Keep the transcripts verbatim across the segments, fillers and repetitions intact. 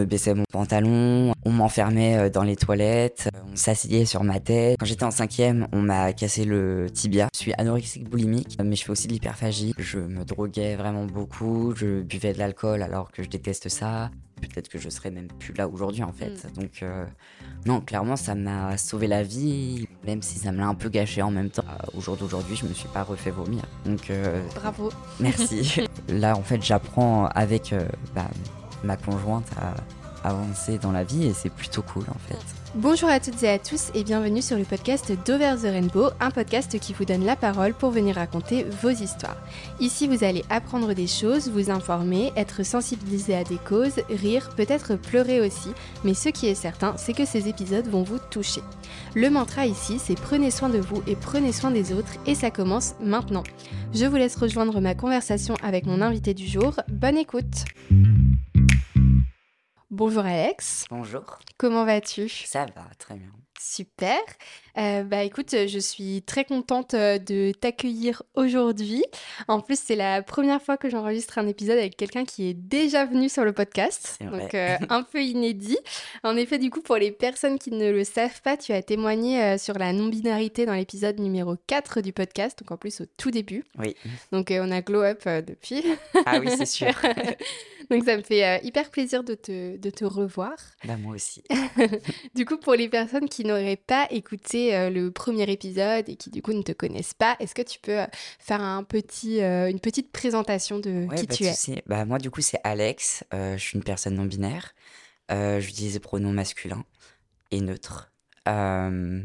baissais mon pantalon, on m'enfermait dans les toilettes, on s'asseyait sur ma tête. Quand j'étais en cinquième, on m'a cassé le tibia. Je suis anorexique boulimique, mais je fais aussi de l'hyperphagie. Je me droguais vraiment beaucoup, je buvais de l'alcool alors que je déteste ça. Peut-être que je serais même plus là aujourd'hui en fait. Mm. Donc euh, non, clairement ça m'a sauvé la vie, même si ça me l'a un peu gâché en même temps. Euh, au jour d'aujourd'hui, je me suis pas refait vomir. Donc euh, bravo. Merci. Là en fait, j'apprends avec euh, bah, ma conjointe à avancer dans la vie et c'est plutôt cool en fait. Bonjour à toutes et à tous et bienvenue sur le podcast d'Over the Rainbow, un podcast qui vous donne la parole pour venir raconter vos histoires. Ici, vous allez apprendre des choses, vous informer, être sensibilisé à des causes, rire, peut-être pleurer aussi, mais ce qui est certain, c'est que ces épisodes vont vous toucher. Le mantra ici, c'est prenez soin de vous et prenez soin des autres et ça commence maintenant. Je vous laisse rejoindre ma conversation avec mon invité du jour. Bonne écoute! Bonjour Alex. Bonjour. Comment vas-tu ? Ça va, très bien. Super. Euh, bah écoute, je suis très contente de t'accueillir aujourd'hui. En plus, c'est la première fois que j'enregistre un épisode avec quelqu'un qui est déjà venu sur le podcast. C'est vrai. Donc euh, un peu inédit. En effet, du coup, pour les personnes qui ne le savent pas, tu as témoigné euh, sur la non-binarité dans l'épisode numéro quatre du podcast. Donc en plus, au tout début. Oui. Donc euh, on a glow up euh, depuis. Ah oui, c'est sûr. Donc ça me fait euh, hyper plaisir de te, de te revoir. Bah moi aussi. Du coup, pour les personnes qui n'auraient pas écouté euh, le premier épisode et qui du coup ne te connaissent pas, est-ce que tu peux euh, faire un petit, euh, une petite présentation de ouais, qui bah, tu tu es ? sais, bah moi du coup c'est Alex, euh, je suis une personne non binaire, euh, j'utilise des pronoms masculins et neutres. Euh,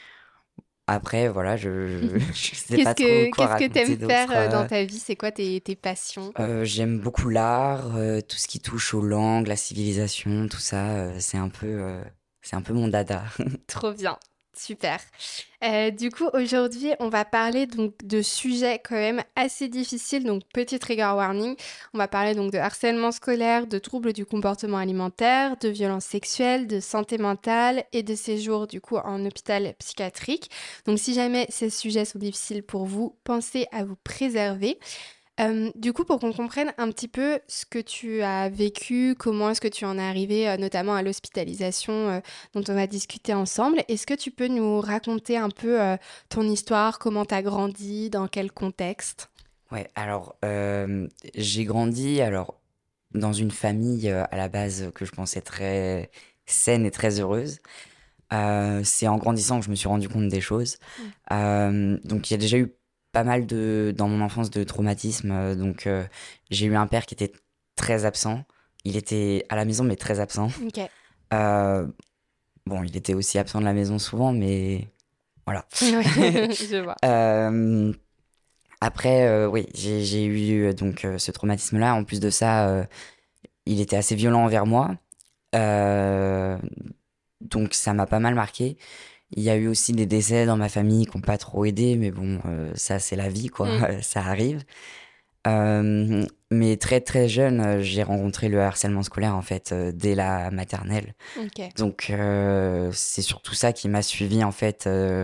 Après voilà, je, je sais Qu'est-ce pas trop que, quoi qu'est-ce que raconter t'aimes faire d'autre. euh, dans Euh, ta vie ? C'est quoi tes, tes passions ? euh, j'aime beaucoup l'art, euh, tout ce qui touche aux langues, la civilisation, tout ça, euh, c'est un peu, euh, c'est un peu mon dada. Trop bien, super. Euh, du coup, aujourd'hui, on va parler donc de sujets quand même assez difficiles, donc petit trigger warning. On va parler donc de harcèlement scolaire, de troubles du comportement alimentaire, de violences sexuelles, de santé mentale et de séjours du coup en hôpital psychiatrique. Donc si jamais ces sujets sont difficiles pour vous, pensez à vous préserver. Euh, du coup, pour qu'on comprenne un petit peu ce que tu as vécu, comment est-ce que tu en es arrivé, euh, notamment à l'hospitalisation euh, dont on va discuter ensemble, est-ce que tu peux nous raconter un peu euh, ton histoire, comment tu as grandi, dans quel contexte ? Ouais, alors euh, j'ai grandi alors dans une famille euh, à la base que je pensais très saine et très heureuse. Euh, c'est en grandissant que je me suis rendu compte des choses. Mm. Euh, donc il y a déjà eu pas mal de dans mon enfance de traumatismes. Euh, donc euh, j'ai eu un père qui était très absent. Il était à la maison mais très absent. Ok. Euh, bon, il était aussi absent de la maison souvent, mais voilà. Ouais, je vois. Euh, Après, euh, oui, j'ai, j'ai eu euh, donc euh, ce traumatisme-là. En plus de ça, euh, il était assez violent envers moi. Euh, donc ça m'a pas mal marqué. Il y a eu aussi des décès dans ma famille qui n'ont pas trop aidé, mais bon, euh, ça c'est la vie, quoi. Mm. Ça arrive. Euh, mais très très jeune, euh, j'ai rencontré le harcèlement scolaire en fait euh, dès la maternelle. Ok. Donc euh, c'est surtout ça qui m'a suivi en fait euh,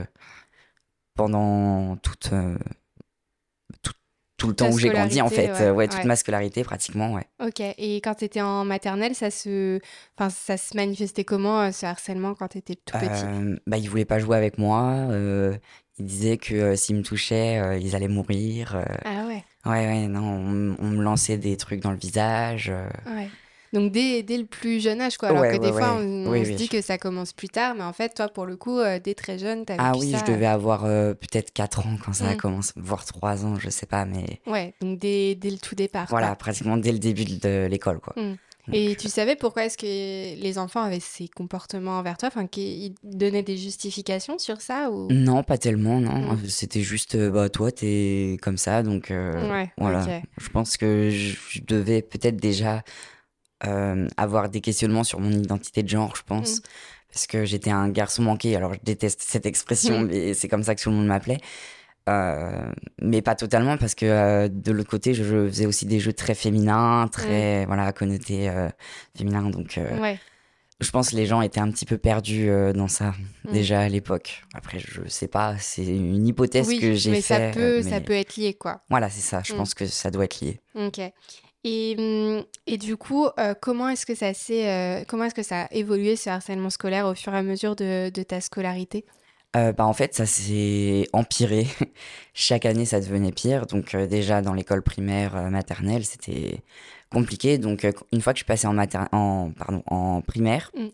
pendant toute euh, tout, tout le Ta temps où j'ai grandi en scolarité, fait. ouais, Euh, ouais, toute ouais. ma scolarité pratiquement, ouais. Ok. Et quand tu étais en maternelle, ça se... Enfin, ça se manifestait comment, euh, ce harcèlement, quand tu étais tout petit ? Euh, bah, ils voulaient pas jouer avec moi. Euh, ils disaient que euh, s'ils me touchaient, euh, ils allaient mourir. euh. Ah ouais. Ouais, ouais, non, on, on me lançait des trucs dans le visage. euh. Ouais. Donc dès, dès le plus jeune âge, quoi. Alors Ouais, que ouais, des fois, ouais. on, Oui, on se oui. dit que ça commence plus tard, mais en fait, toi, pour le coup, euh, dès très jeune, t'as Ah vécu oui, ça. je devais avoir euh, peut-être quatre ans quand ça a euh. commencé, voire trois ans, je sais pas, mais Mm. Ouais, donc dès, dès le tout départ, voilà, quoi. pratiquement dès le début de l'école, quoi. Mm. Donc, Et tu savais pourquoi est-ce que les enfants avaient ces comportements envers toi? Enfin, qu'ils donnaient des justifications sur ça ou... non, pas tellement, non. Mm. C'était juste, euh, bah, toi, t'es comme ça, donc euh, Ouais, voilà. ok. Je pense que je, je devais peut-être déjà euh, avoir des questionnements sur mon identité de genre, je pense. Mm. Parce que j'étais un garçon manqué, alors je déteste cette expression, Mm. mais c'est comme ça que tout le monde m'appelait. Euh, mais pas totalement, parce que euh, de l'autre côté, je, je faisais aussi des jeux très féminins, très, voilà, connotés euh, féminins, donc... euh, Ouais. Je pense que les gens étaient un petit peu perdus euh, dans ça, Mm. déjà à l'époque. Après, je sais pas, c'est une hypothèse Oui, que j'ai mais ça fait, euh, peut, ça mais peut être lié, quoi. voilà, c'est ça. Je Mm. pense que ça doit être lié. Ok. Et, hum, et du coup, euh, comment est-ce que ça s'est, euh, comment est-ce que ça a évolué ce harcèlement scolaire au fur et à mesure de, de ta scolarité? Euh, bah, en fait, ça s'est empiré. Chaque année, ça devenait pire. Donc, euh, déjà, dans l'école primaire, euh, maternelle, c'était compliqué. Donc, euh, une fois que je suis passée en, mater... en, pardon, en primaire, Mm.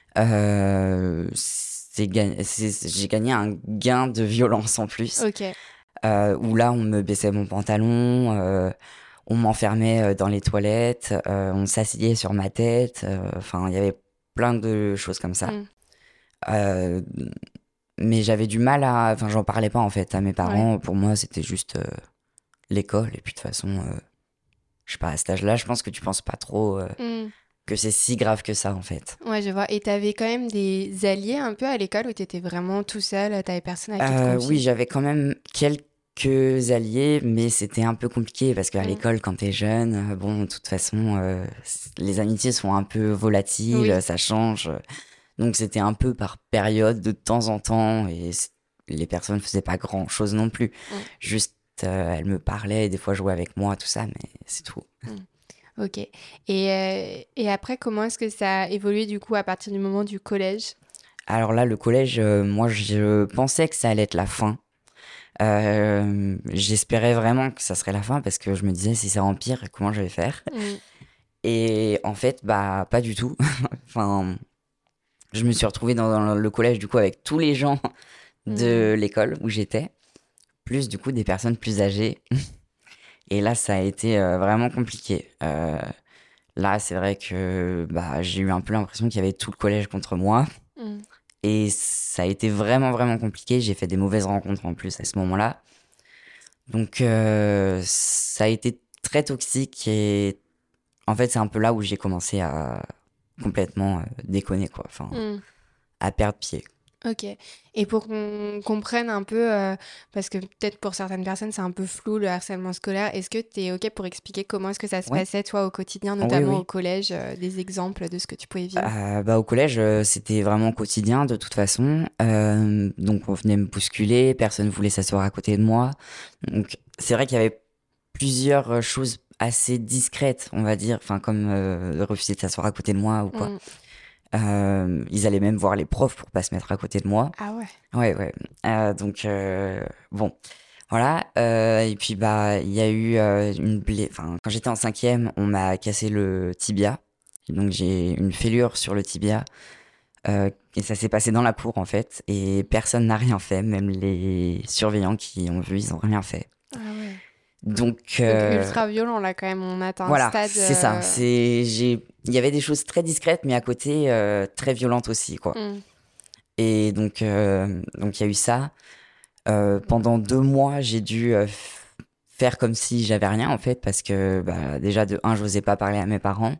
euh, c'est ga- c'est- j'ai gagné un gain de violence en plus. Ok. Euh, où là, on me baissait mon pantalon, euh, on m'enfermait euh, dans les toilettes, euh, on s'asseyait sur ma tête. euh, Enfin, il y avait plein de choses comme ça. Mm. Euh, mais j'avais du mal à... Enfin, j'en parlais pas en fait à mes Ouais. parents. Pour moi, c'était juste euh, l'école. Et puis de toute façon, euh, je sais pas, à cet âge-là, je pense que tu penses pas trop euh, Mm. que c'est si grave que ça en fait. Ouais, je vois. Et t'avais quand même des alliés un peu à l'école où t'étais vraiment tout seul, t'avais personne à qui te Euh, oui, confier? j'avais quand même quelques alliés, mais c'était un peu compliqué parce qu'à Mm. l'école, quand t'es jeune, euh, bon, de toute façon, euh, c- les amitiés sont un peu volatiles, Oui. ça change. Donc c'était un peu par période, de temps en temps, et c- les personnes faisaient pas grand-chose non plus. Mm. Juste, euh, elles me parlaient, des fois jouaient avec moi, tout ça, mais c'est tout. Mm. Ok. Et, euh, et après, comment est-ce que ça a évolué du coup à partir du moment du collège? Alors là, le collège, euh, moi, je pensais que ça allait être la fin. Euh, j'espérais vraiment que ça serait la fin parce que je me disais si ça empire, comment je vais faire? Mm. Et en fait, bah, pas du tout. Enfin, je me suis retrouvée dans, dans le collège du coup avec tous les gens de Mm. l'école où j'étais, plus du coup des personnes plus âgées. Et là, ça a été euh, vraiment compliqué. Euh, là, c'est vrai que bah, j'ai eu un peu l'impression qu'il y avait tout le collège contre moi. Mm. Et ça a été vraiment, vraiment compliqué. J'ai fait des mauvaises rencontres en plus à ce moment-là. Donc, euh, ça a été très toxique. Et en fait, c'est un peu là où j'ai commencé à complètement euh, déconner, quoi. Enfin, Mm. à perdre pied. Ok. Et pour qu'on comprenne un peu, euh, parce que peut-être pour certaines personnes c'est un peu flou le harcèlement scolaire, est-ce que tu es ok pour expliquer comment est-ce que ça se Ouais. passait toi au quotidien, Oui, notamment au oui. collège, euh, des exemples de ce que tu pouvais vivre? Euh, bah, au collège, euh, c'était vraiment quotidien de toute façon. Euh, donc, on venait me bousculer, personne voulait s'asseoir à côté de moi. Donc, c'est vrai qu'il y avait plusieurs euh, choses assez discrètes, on va dire, enfin, comme euh, refuser de s'asseoir à côté de moi ou quoi. Mm. Euh, ils allaient même voir les profs pour pas se mettre à côté de moi. Ah ouais. Ouais, ouais. Euh, donc, euh, bon, voilà. Euh, et puis, bah, il y a eu euh, une blé... Enfin, quand j'étais en cinquième, on m'a cassé le tibia. Donc, j'ai une fêlure sur le tibia. Euh, et ça s'est passé dans la cour, en fait. Et personne n'a rien fait. Même les surveillants qui ont vu, ils ont rien fait. Ah ouais. Donc, Donc euh, ultra violent là quand même, on atteint un voilà, stade... c'est ça. euh, C'est, j'ai, il y avait des choses très discrètes, mais à côté, euh, très violentes aussi, quoi. mm. Et donc, euh, donc il y a eu ça. Euh, pendant deux mois, j'ai dû euh, f- faire comme si j'avais rien, en fait, parce que bah, déjà, de un, je n'osais pas parler à mes parents.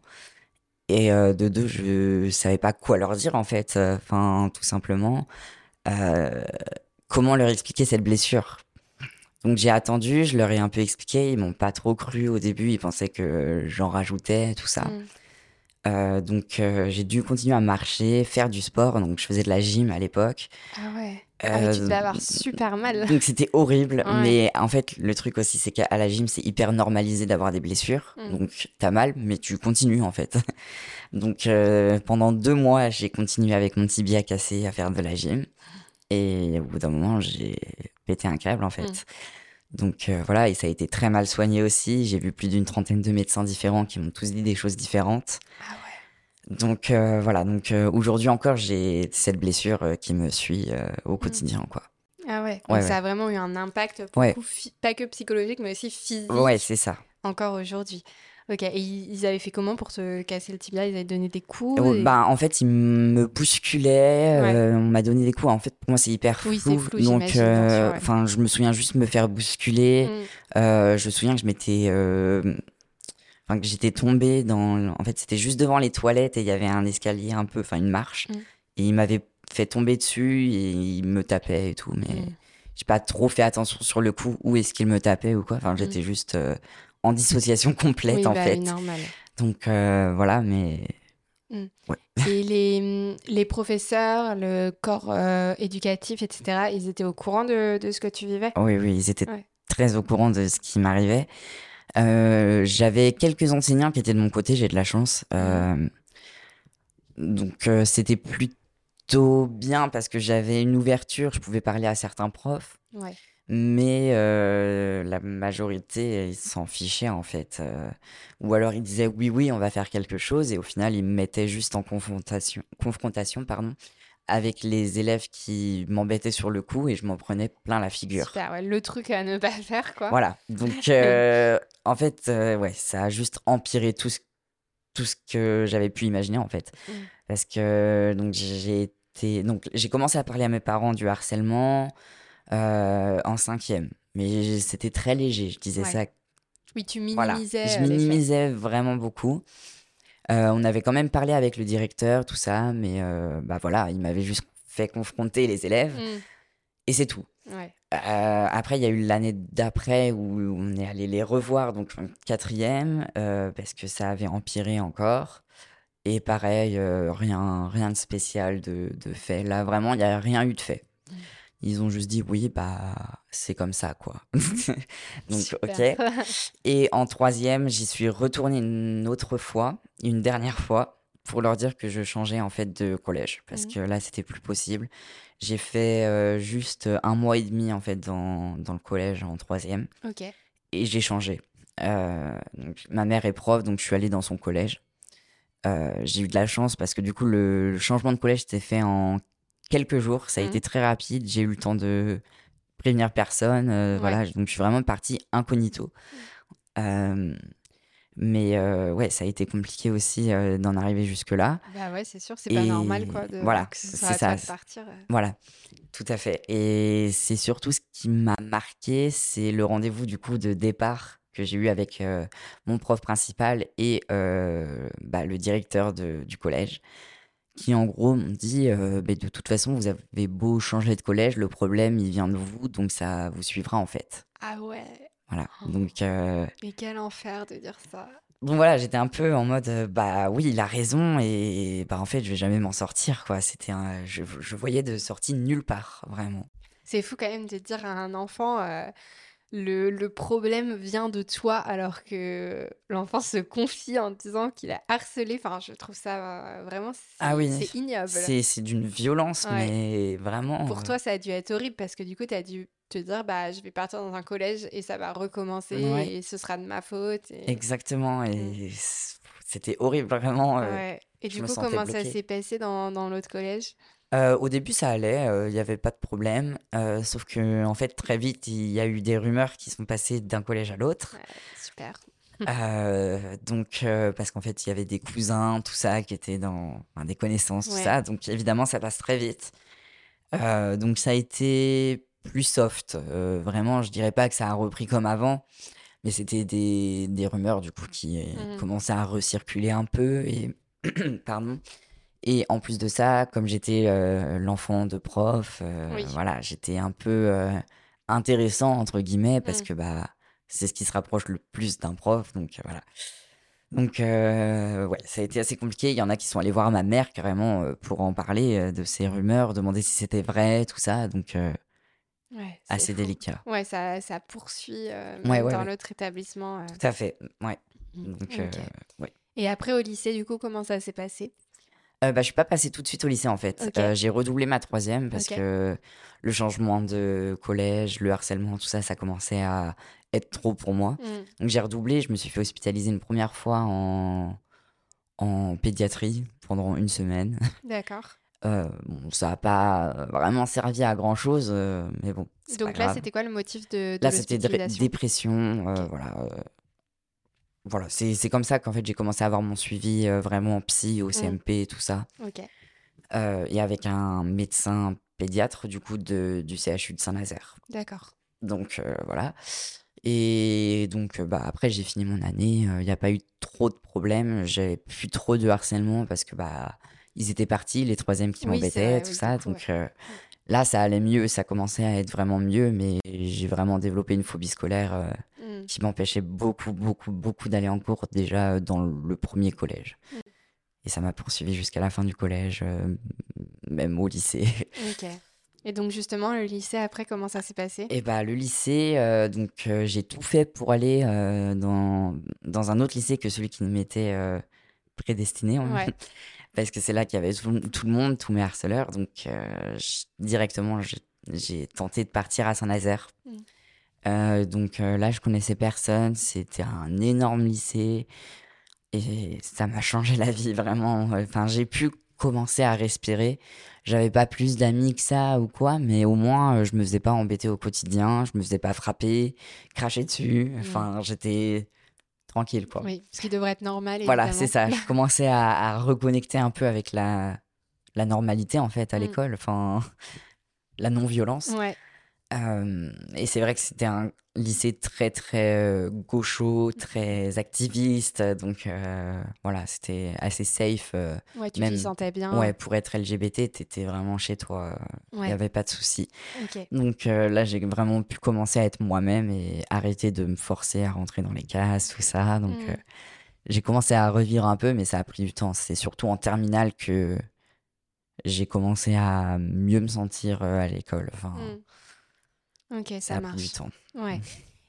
Et euh, de deux, je savais pas quoi leur dire, en fait. Enfin, tout simplement. Euh, comment leur expliquer cette blessure? Donc j'ai attendu, je leur ai un peu expliqué, ils m'ont pas trop cru au début, ils pensaient que j'en rajoutais, tout ça. Mm. Euh, donc euh, j'ai dû continuer à marcher, faire du sport, donc je faisais de la gym à l'époque. Ah ouais. Ah mais tu Euh, devais avoir super mal. donc c'était horrible, Ouais. mais en fait le truc aussi c'est qu'à la gym c'est hyper normalisé d'avoir des blessures, Mm. donc t'as mal, mais tu continues en fait. Donc euh, pendant deux mois j'ai continué avec mon tibia cassé à faire de la gym, et au bout d'un moment j'ai pété un câble en Mm. fait. Donc euh, voilà, et ça a été très mal soigné aussi. J'ai vu plus d'une trentaine de médecins différents qui m'ont tous dit des choses différentes. Ah ouais. Donc euh, voilà, donc euh, aujourd'hui encore, j'ai cette blessure euh, qui me suit euh, au Mm. quotidien, quoi. Ah ouais. Ouais, Donc ça ouais. a vraiment eu un impact pour le Ouais, coup, phy- pas que psychologique, mais aussi ouais, physique c'est ça. encore aujourd'hui. Ok. Et ils ils avaient fait comment pour te casser le tibia? Ils avaient donné des coups Oh, et... bah, en fait, il me bousculait, Ouais. euh, on m'a donné des coups. En fait, pour moi, c'est hyper Oui, c'est flou. flou, Donc, j'imagine, bien sûr, euh, ouais. enfin, je me souviens juste me faire bousculer. Mm. Euh, je me souviens que je m'étais, euh, enfin, que j'étais tombée dans. En fait, c'était juste devant les toilettes et il y avait un escalier un peu, enfin, une marche. Mm. Et il m'avait fait tomber dessus et il me tapait et tout. Mais Mm. j'ai pas trop fait attention sur le coup où est-ce qu'il me tapait ou quoi. Enfin, Mm. j'étais juste euh, en dissociation complète, Oui, en bah oui, fait. normal. Donc, euh, voilà, mais Mmh. Ouais. Et les, mmh, les professeurs, le corps euh, éducatif, et cetera, ils étaient au courant de, de ce que tu vivais? Oui, oui, ils étaient Ouais. très au courant de ce qui m'arrivait. Euh, j'avais quelques enseignants qui étaient de mon côté, j'ai de la chance. Mhm. Euh, donc euh, c'était plutôt bien parce que j'avais une ouverture, je pouvais parler à certains profs. Ouais. Mais euh, la majorité, ils s'en fichaient en fait. Euh, ou alors ils disaient oui, oui, on va faire quelque chose, et au final, ils me mettaient juste en confrontation, confrontation pardon, avec les élèves qui m'embêtaient sur le coup, et je m'en prenais plein la figure. Super, ouais. Le truc à ne pas faire, quoi. Voilà. Donc, euh, en fait, euh, ouais, ça a juste empiré tout ce, tout ce que j'avais pu imaginer en fait. Mm. Parce que donc j'ai été, donc j'ai commencé à parler à mes parents du harcèlement euh, en cinquième. Mais c'était très léger, je disais Ouais. ça, Oui, tu voilà. Je minimisais euh, les faits. minimisais vraiment beaucoup. Euh, on avait quand même parlé avec le directeur, tout ça, mais euh, bah voilà, il m'avait juste fait confronter les élèves, Mm. et c'est tout. Ouais. Euh, après, il y a eu l'année d'après où on est allé les revoir, donc en quatrième, euh, parce que ça avait empiré encore. Et pareil, euh, rien, rien de spécial de, de fait. Là, vraiment, il n'y a rien eu de fait. Mm. Ils ont juste dit oui, bah c'est comme ça, quoi. Donc, Super. ok. Et en troisième, j'y suis retournée une autre fois, une dernière fois, pour leur dire que je changeais en fait de collège, parce Mm. que là, c'était plus possible. J'ai fait euh, juste un mois et demi en fait dans, dans le collège en troisième, Ok. et j'ai changé. Euh, donc, ma mère est prof, donc je suis allée dans son collège. Euh, j'ai eu de la chance parce que du coup, le, le changement de collège s'était fait en quelques jours. Ça a Mm. été très rapide. J'ai eu le temps de prévenir personne. euh, Ouais. Voilà, donc je suis vraiment partie incognito. Euh, mais euh, ouais, ça a été compliqué aussi euh, d'en arriver jusque-là. Bah ouais, c'est sûr, c'est pas normal, Et quoi, de... voilà, que ce soit c'est à toi ça. de partir. euh. Voilà, tout à fait. Et c'est surtout ce qui m'a marqué, c'est le rendez-vous du coup de départ que j'ai eu avec euh, mon prof principal et euh, bah, le directeur de- du collège, qui en gros m'ont dit euh, bah, de toute façon, vous avez beau changer de collège, le problème il vient de vous, donc ça vous suivra en fait. Ah ouais. Voilà. Oh, Donc euh, mais quel enfer de dire ça. bon voilà, j'étais un peu en mode euh, bah oui, il a raison, et bah en fait, je vais jamais m'en sortir quoi. C'était un, je, je voyais de sortie nulle part, vraiment. C'est fou quand même de dire à un enfant, euh, le, le problème vient de toi, alors que l'enfant se confie en disant qu'il a harcelé. Enfin, je trouve ça euh, vraiment, Ah c'est oui, c'est ignoble. c'est c'est d'une violence, Ouais. mais vraiment. Pour euh, toi, ça a dû être horrible parce que du coup, tu as dû te dire, bah, je vais partir dans un collège et ça va recommencer Ouais, et ce sera de ma faute. Et... exactement. Mm. Et c- c'était horrible, vraiment. euh, Ouais. Et je du me coup, sentais comment ça bloqué. s'est passé dans, dans l'autre collège? Euh, au début, ça allait, il n'y avait pas de problème. Euh, sauf que, en fait, très vite, il y a eu des rumeurs qui sont passées d'un collège à l'autre. Ouais, super. Euh, donc, euh, parce qu'en fait, il y avait des cousins, tout ça, qui étaient dans, enfin, des connaissances, tout Ouais. ça. Donc, évidemment, ça passe très vite. Euh, donc, ça a été plus soft. Euh, vraiment, je dirais pas que ça a repris comme avant, mais c'était des, des rumeurs, du coup, qui euh, Mhm. commençaient à recirculer un peu. Et, pardon. Et en plus de ça, comme j'étais euh, l'enfant de prof, euh, Oui. voilà, j'étais un peu euh, intéressant, entre guillemets, parce Mm. que bah, c'est ce qui se rapproche le plus d'un prof. Donc, euh, voilà. Donc, euh, ouais, ça a été assez compliqué. Il y en a qui sont allés voir ma mère carrément euh, pour en parler euh, de ces rumeurs, demander si c'était vrai, tout ça. Donc, euh, Ouais, c'est assez fou. délicat. Ouais, ça, ça poursuit euh, Ouais, même ouais, dans ouais. l'autre établissement. euh. Tout à fait. Ouais. Mm. Donc, euh, Ok. ouais. Et après, au lycée, du coup, comment ça s'est passé? Euh, bah, je suis pas passée tout de suite au lycée en fait. Ok. Euh, j'ai redoublé ma troisième parce Ok. que le changement de collège, le harcèlement, tout ça, ça commençait à être trop pour moi. Mm. Donc j'ai redoublé, je me suis fait hospitaliser une première fois en, en pédiatrie pendant une semaine. D'accord. Euh, bon, ça n'a pas euh, vraiment servi à grand chose, mais bon, c'est pas Donc là, grave. c'était quoi le motif de, de Là, c'était dé- l'hospitalisation? dépression, euh, Ok. voilà. euh, voilà, c'est c'est comme ça qu'en fait j'ai commencé à avoir mon suivi euh, vraiment psy au Mm. C M P, tout ça. Ok. Euh, et avec un médecin pédiatre du coup de, du C H U de Saint-Nazaire. D'accord. Donc euh, voilà. Et donc euh, bah, après j'ai fini mon année, il n'y a pas eu trop de problèmes, j'avais plus trop de harcèlement parce que bah ils étaient partis, les troisièmes qui Oui, c'est m'embêtaient, vrai, tout oui, du ça. coup, ouais. Donc euh, là ça allait mieux, ça commençait à être vraiment mieux, mais j'ai vraiment développé une phobie scolaire euh, Mm. qui m'empêchait beaucoup, beaucoup, beaucoup d'aller en cours déjà euh, dans le premier collège. Mm. et ça m'a poursuivi jusqu'à la fin du collège, euh, même au lycée. Ok. Et donc justement, le lycée, après, comment ça s'est passé? Et bah le lycée, euh, donc euh, j'ai tout fait pour aller euh, dans, dans un autre lycée que celui qui m'était euh, prédestiné, hein. Ouais. Parce que c'est là qu'il y avait tout, tout le monde, tous mes harceleurs. Donc euh, je- directement, j'ai j'ai tenté de partir à Saint-Nazaire. Mm. Euh, donc euh, là, je connaissais personne. C'était un énorme lycée et ça m'a changé la vie vraiment. Enfin, j'ai pu commencer à respirer. J'avais pas plus d'amis que ça ou quoi, mais au moins euh, je me faisais pas embêter au quotidien, je me faisais pas frapper, cracher dessus. Mm. Enfin, j'étais tranquille quoi. Oui, ce qui devrait être normal, Voilà, c'est évidemment. ça. Je commençais à, à reconnecter un peu avec la, la normalité en fait à Mm. l'école, enfin la non-violence. Ouais. Euh, et c'est vrai que c'était un lycée très très euh, gaucho, très activiste, donc euh, voilà, c'était assez safe. euh, Ouais, tu t'y même sentais ouais, bien. pour être L G B T, t'étais vraiment chez toi, il n'y Ouais. avait pas de souci. Ok. Donc euh, là, j'ai vraiment pu commencer à être moi-même et arrêter de me forcer à rentrer dans les cases, tout ça. Donc euh, Mm. j'ai commencé à revivre un peu, mais ça a pris du temps. C'est surtout en terminale que j'ai commencé à mieux me sentir euh, à l'école. Enfin, Mm. Ok, ça ça a pris du marche. temps. Ouais.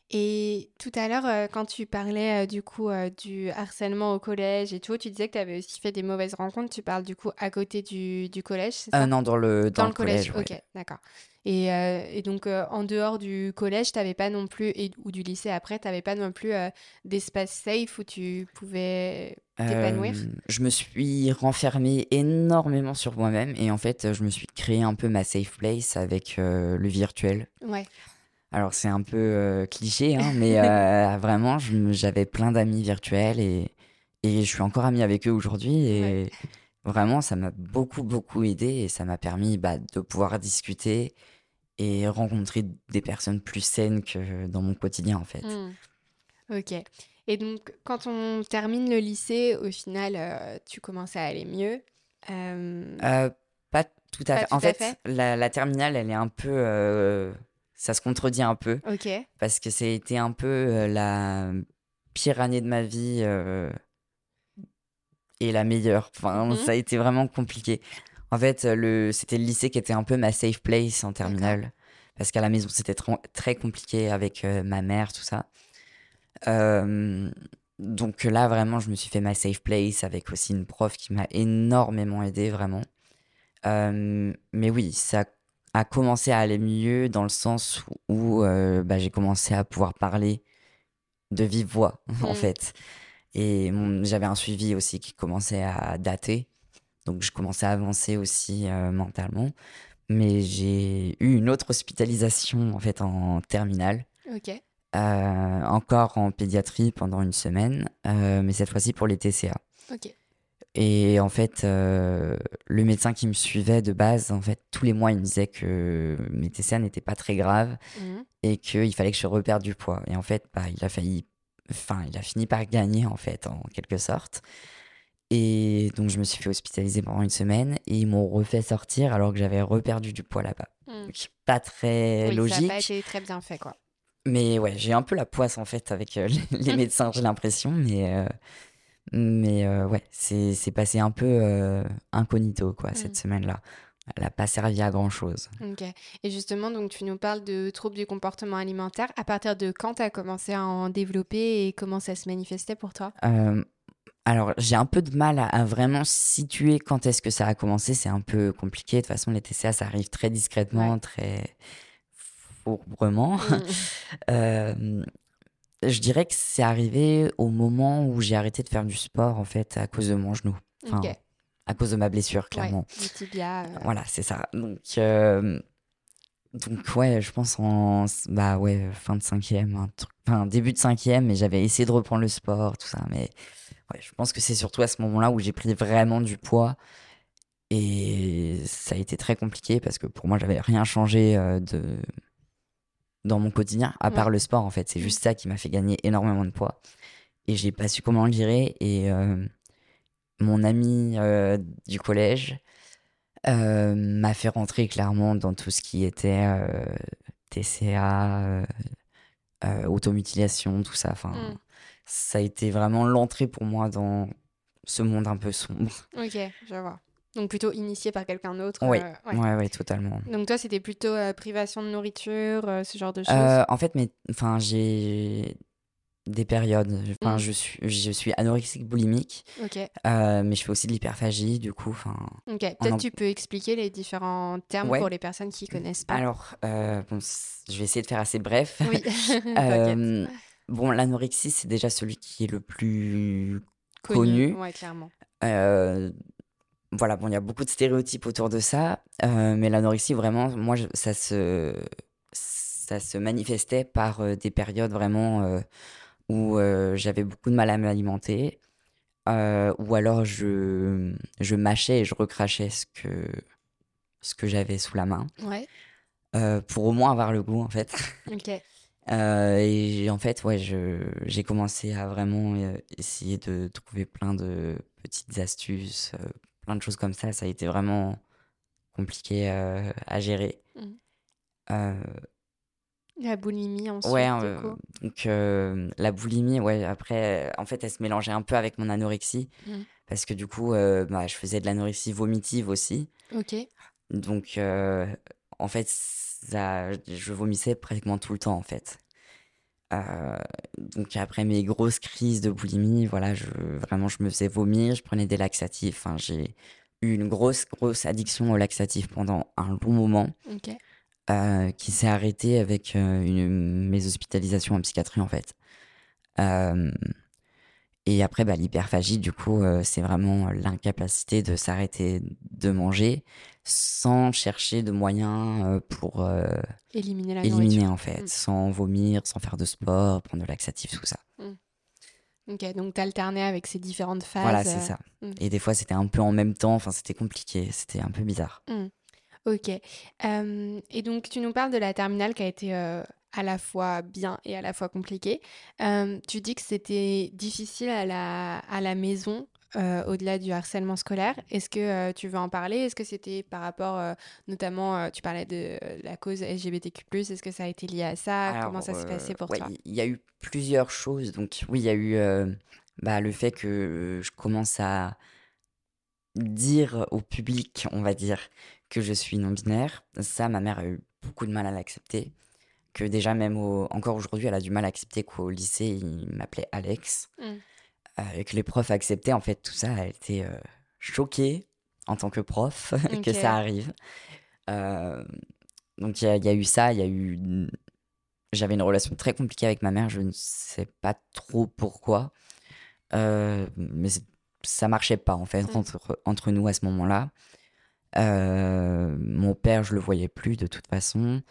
Et tout à l'heure, euh, quand tu parlais euh, du coup euh, du harcèlement au collège et tout, tu disais que tu avais aussi fait des mauvaises rencontres. Tu parles du coup à côté du, du collège, c'est Euh, ça? non, dans le, dans Dans le le collège, collège, ouais. ok, d'accord. Et, euh, et donc euh, en dehors du collège, t'avais pas non plus, et, ou du lycée après, t'avais pas non plus euh, d'espace safe où tu pouvais t'épanouir? Euh, je me suis renfermé énormément sur moi-même et en fait, je me suis créé un peu ma safe place avec euh, le virtuel. Ouais. Alors, c'est un peu euh, cliché, hein, mais euh, vraiment, je me- j'avais plein d'amis virtuels et, et je suis encore ami avec eux aujourd'hui. Ouais. Et vraiment, ça m'a beaucoup, beaucoup aidé et ça m'a permis bah, de pouvoir discuter et rencontrer des personnes plus saines que dans mon quotidien, en fait. Hmm. Ok. Et donc, quand on termine le lycée, au final, euh, tu commences à aller mieux. Euh, Euh, Pas tout à Pas fait. tout En à fait, fait. la, la terminale, elle est un peu. euh, ça se contredit un peu Ok. parce que c'était un peu euh, la pire année de ma vie euh, et la meilleure. Enfin, Mhm. ça a été vraiment compliqué. En fait, euh, le, c'était le lycée qui était un peu ma safe place en D'accord. terminale parce qu'à la maison, c'était tr- très compliqué avec euh, ma mère, tout ça. Euh, donc là, vraiment, je me suis fait ma safe place avec aussi une prof qui m'a énormément aidé, vraiment. Euh, mais oui, ça a commencé à aller mieux dans le sens où euh, bah, j'ai commencé à pouvoir parler de vive voix, en Hmm. fait. Et mon- j'avais un suivi aussi qui commençait à dater. Donc je commençais à avancer aussi euh, mentalement. Mais j'ai eu une autre hospitalisation, en fait, en terminale. Ok. Euh, encore en pédiatrie pendant une semaine, euh, mais cette fois-ci pour les T C A. Ok. Et en fait, euh, le médecin qui me suivait de base, en fait, tous les mois, il me disait que mes T C A n'étaient pas très graves Mhm. et qu'il fallait que je reperde du poids. Et en fait, bah, il a failli, enfin, il a fini par gagner, en fait, en quelque sorte. Et donc, je me suis fait hospitaliser pendant une semaine et ils m'ont refait sortir alors que j'avais reperdu du poids là-bas. Hmm. Donc, pas très Oui, ça n'a pas logique. été très bien fait, quoi. Mais ouais, j'ai un peu la poisse, en fait, avec euh, les médecins, j'ai l'impression. Mais, euh, mais euh, ouais, c'est c'est passé un peu euh, incognito, quoi, Hmm. cette semaine-là. Elle n'a pas servi à grand-chose. Ok. Et justement, donc tu nous parles de troubles du comportement alimentaire. À partir de quand tu as commencé à en développer et comment ça se manifestait pour toi? Euh, alors, j'ai un peu de mal à, à vraiment situer quand est-ce que ça a commencé. C'est un peu compliqué. De toute façon, les T C A, ça arrive très Ouais. discrètement, très fourbrement. Hmm. Euh, je dirais que c'est arrivé au moment où j'ai arrêté de faire du sport, en fait, à cause de mon genou. Enfin, Ok. à cause de ma blessure, Ouais. clairement. Le tibia. euh, Voilà, c'est ça. Donc, euh, donc ouais, je pense en bah ouais, fin de cinquième, un truc, enfin début de cinquième, mais j'avais essayé de reprendre le sport, tout ça, mais ouais, je pense que c'est surtout à ce moment-là où j'ai pris vraiment du poids et ça a été très compliqué parce que pour moi, j'avais rien changé euh, de dans mon quotidien à part Ouais. le sport en fait. C'est Hmm. juste ça qui m'a fait gagner énormément de poids et j'ai pas su comment le gérer et euh, mon ami euh, du collège euh, m'a fait rentrer clairement dans tout ce qui était euh, T C A, euh, euh, automutilation, tout ça. Enfin, Hmm. ça a été vraiment l'entrée pour moi dans ce monde un peu sombre. Ok, je vois. Donc plutôt initié par quelqu'un d'autre. Oui, euh, ouais. ouais, ouais, totalement. Donc toi, c'était plutôt euh, privation de nourriture, euh, ce genre de choses. Euh, en fait, mais, enfin, j'ai des périodes. Enfin, Mm. je suis, je suis anorexique boulimique, Ok, euh, mais je fais aussi de l'hyperphagie, du coup, enfin, ok. en Peut-être en- tu peux expliquer les différents termes pour ouais. les personnes qui connaissent pas. Alors, euh, bon, c- je vais essayer de faire assez bref. Oui, t'inquiète. Euh, bon, l'anorexie, c'est déjà celui qui est le plus Connu, connu. ouais, clairement. Euh, voilà, bon, il y a beaucoup de stéréotypes autour de ça, euh, mais l'anorexie, vraiment, moi, je- ça se, ça se manifestait par euh, des périodes vraiment euh, où euh, j'avais beaucoup de mal à m'alimenter, euh, ou alors je, je mâchais et je recrachais ce que, ce que j'avais sous la main, Ouais, euh, pour au moins avoir le goût, en fait. ok. Euh, et en fait, ouais, je, j'ai commencé à vraiment euh, essayer de trouver plein de petites astuces, euh, plein de choses comme ça. Ça a été vraiment compliqué euh, à gérer. Mm. Euh, La boulimie ouais, ensuite, du hein, euh, coup. donc euh, la boulimie, ouais, après, euh, en fait, elle se mélangeait un peu avec mon anorexie Mm. parce que du coup, euh, bah, je faisais de l'anorexie vomitive aussi. Ok, Donc, euh, en fait, ça, je vomissais pratiquement tout le temps, en fait. Euh, donc après mes grosses crises de boulimie, voilà, je, vraiment je me faisais vomir, je prenais des laxatifs. Enfin, j'ai eu une grosse, grosse addiction aux laxatifs pendant un long moment, ok. euh, qui s'est arrêtée avec euh, une, mes hospitalisations en psychiatrie en fait. Euh, et après, bah, l'hyperphagie, du coup, euh, c'est vraiment l'incapacité de s'arrêter de manger sans chercher de moyens euh, pour euh, Éliminer la éliminer nourriture. en fait, Mm. sans vomir, sans faire de sport, prendre de laxatifs, tout ça. Mm. Ok, donc t'alternais avec ces différentes Voilà, phases. c'est euh, ça. mm. Et des fois, c'était un peu en même temps. Enfin, c'était compliqué. C'était un peu bizarre. Mm. Ok. Euh, et donc, tu nous parles de la terminale qui a été euh, à la fois bien et à la fois compliquée. Euh, tu dis que c'était difficile à la, à la maison, euh, au-delà du harcèlement scolaire. Est-ce que euh, tu veux en parler? Est-ce que c'était par rapport, euh, notamment, euh, tu parlais de euh, la cause L G B T Q plus, est-ce que ça a été lié à ça? Comment Alors, ça s'est euh, passé pour ouais, toi? il y a eu plusieurs choses. Donc, oui, il y a eu euh, bah, le fait que je commence à dire au public, on va dire, que je suis non-binaire. Ça, ma mère a eu beaucoup de mal à l'accepter. Que déjà, même au- encore aujourd'hui, elle a du mal à accepter qu'au lycée, il m'appelait Alex. Mm. Euh, et que les profs acceptaient, en fait, tout ça. Elle était euh, choquée en tant que prof que ça Ok. arrive. Euh, donc il y, a il y a eu ça, il y a eu... J'avais une relation très compliquée avec ma mère, je ne sais pas trop pourquoi, euh, mais c'est- ça marchait pas en fait Mm. entre, entre nous à ce moment-là. Euh, mon père, je le voyais plus de toute façon.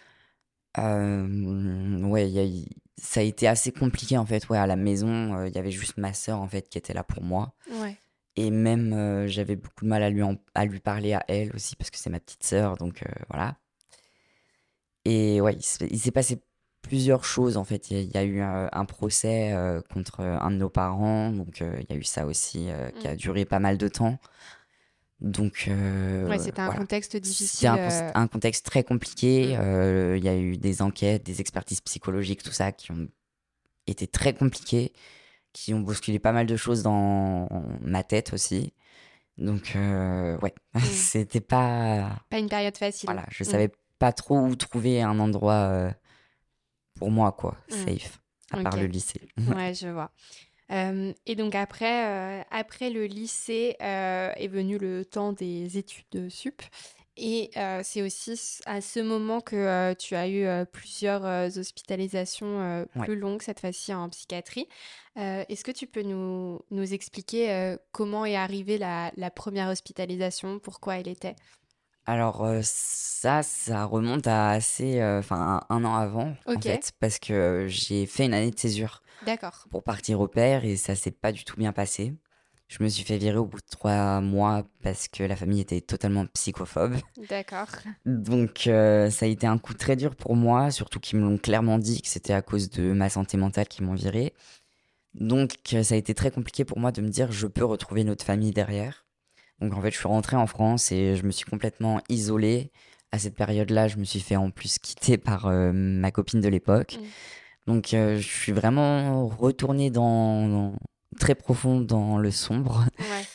Euh, ouais, il y a eu- ça a été assez compliqué en fait. Ouais, à la maison, euh, il y avait juste ma sœur en fait qui était là pour moi. Ouais. Et même euh, j'avais beaucoup de mal à lui, en- à lui parler à elle aussi parce que c'est ma petite sœur, donc euh, voilà. Et ouais, il s'est il s'est passé plusieurs choses en fait. Il y a, il y a eu un, un procès euh, contre un de nos parents, donc euh, il y a eu ça aussi euh, qui Mm. a duré pas mal de temps. Donc Ouais, euh, c'était un voilà. contexte C'était difficile. un, cons- euh, un contexte très compliqué. mm. euh, Il y a eu des enquêtes, des expertises psychologiques, tout ça qui ont été très compliquées, qui ont bousculé pas mal de choses dans ma tête aussi. Donc euh, ouais, Mm. c'était pas... Pas une période facile. Voilà, je Mm. savais pas trop où trouver un endroit euh, pour moi, quoi, Mm. safe, à part le Ok. lycée. Ouais, je vois. Euh, et donc après, euh, après le lycée euh, est venu le temps des études sup. Et euh, c'est aussi s- à ce moment que euh, tu as eu euh, plusieurs euh, hospitalisations euh, Ouais. plus longues, cette fois-ci en psychiatrie. Euh, est-ce que tu peux nous, nous expliquer euh, comment est arrivée la, la première hospitalisation, pourquoi elle était? Alors euh, ça, ça remonte à assez, euh, enfin un, un an avant, en Ok, fait, parce que euh, j'ai fait une année de césure d'accord, pour partir au père et ça s'est pas du tout bien passé. Je me suis fait virer au bout de trois mois parce que la famille était totalement psychophobe. d'accord. Donc euh, ça a été un coup très dur pour moi, surtout qu'ils me l'ont clairement dit que c'était à cause de ma santé mentale qu'ils m'ont viré. Donc euh, ça a été très compliqué pour moi de me dire je peux retrouver notre famille derrière. Donc en fait je suis rentré en France et je me suis complètement isolé. À cette période-là, je me suis fait en plus quitter par euh, ma copine de l'époque. Mm. Donc euh, je suis vraiment retourné dans, dans- très profond dans le sombre. Ouais.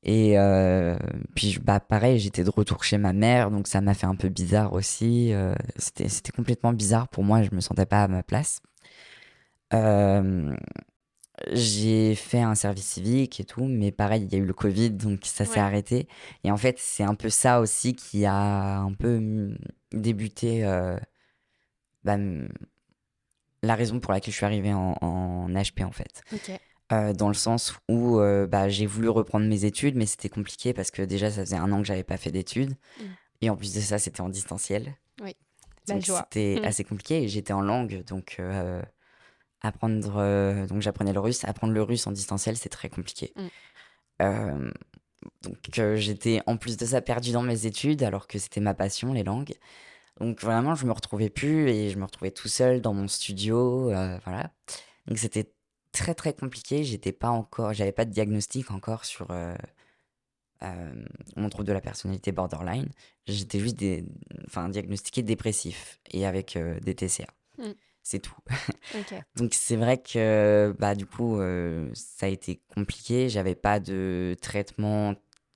Et euh, puis, je- bah, pareil, j'étais de retour chez ma mère, donc ça m'a fait un peu bizarre aussi. Euh, c'était, c'était complètement bizarre pour moi, je me sentais pas à ma place. Euh, j'ai fait un service civique et tout, mais pareil, il y a eu le Covid, donc ça s'est Ouais. arrêté. Et en fait, c'est un peu ça aussi qui a un peu mm, débuté euh, bah, mm, la raison pour laquelle je suis arrivée en, en H P, en fait. Ok. Euh, dans le sens où euh, bah, j'ai voulu reprendre mes études, mais c'était compliqué parce que déjà, ça faisait un an que j'avais pas fait d'études. Mm. Et en plus de ça, c'était en distanciel. Oui, la Donc joie. c'était Mm. assez compliqué et j'étais en langue. Donc euh, apprendre, euh, donc j'apprenais le russe. Apprendre le russe en distanciel, c'est très compliqué. Mm. Euh, donc euh, j'étais en plus de ça perdu dans mes études alors que c'était ma passion, les langues. Donc vraiment, je me retrouvais plus et je me retrouvais tout seul dans mon studio. Euh, voilà. Donc c'était très très compliqué. J'étais pas encore, j'avais pas de diagnostic encore sur euh, euh, mon trouble de la personnalité borderline. J'étais juste des, enfin, diagnostiqué dépressif et avec euh, des T C A. Mm. C'est tout. Ok. Donc c'est vrai que bah du coup euh, ça a été compliqué. J'avais pas de traitement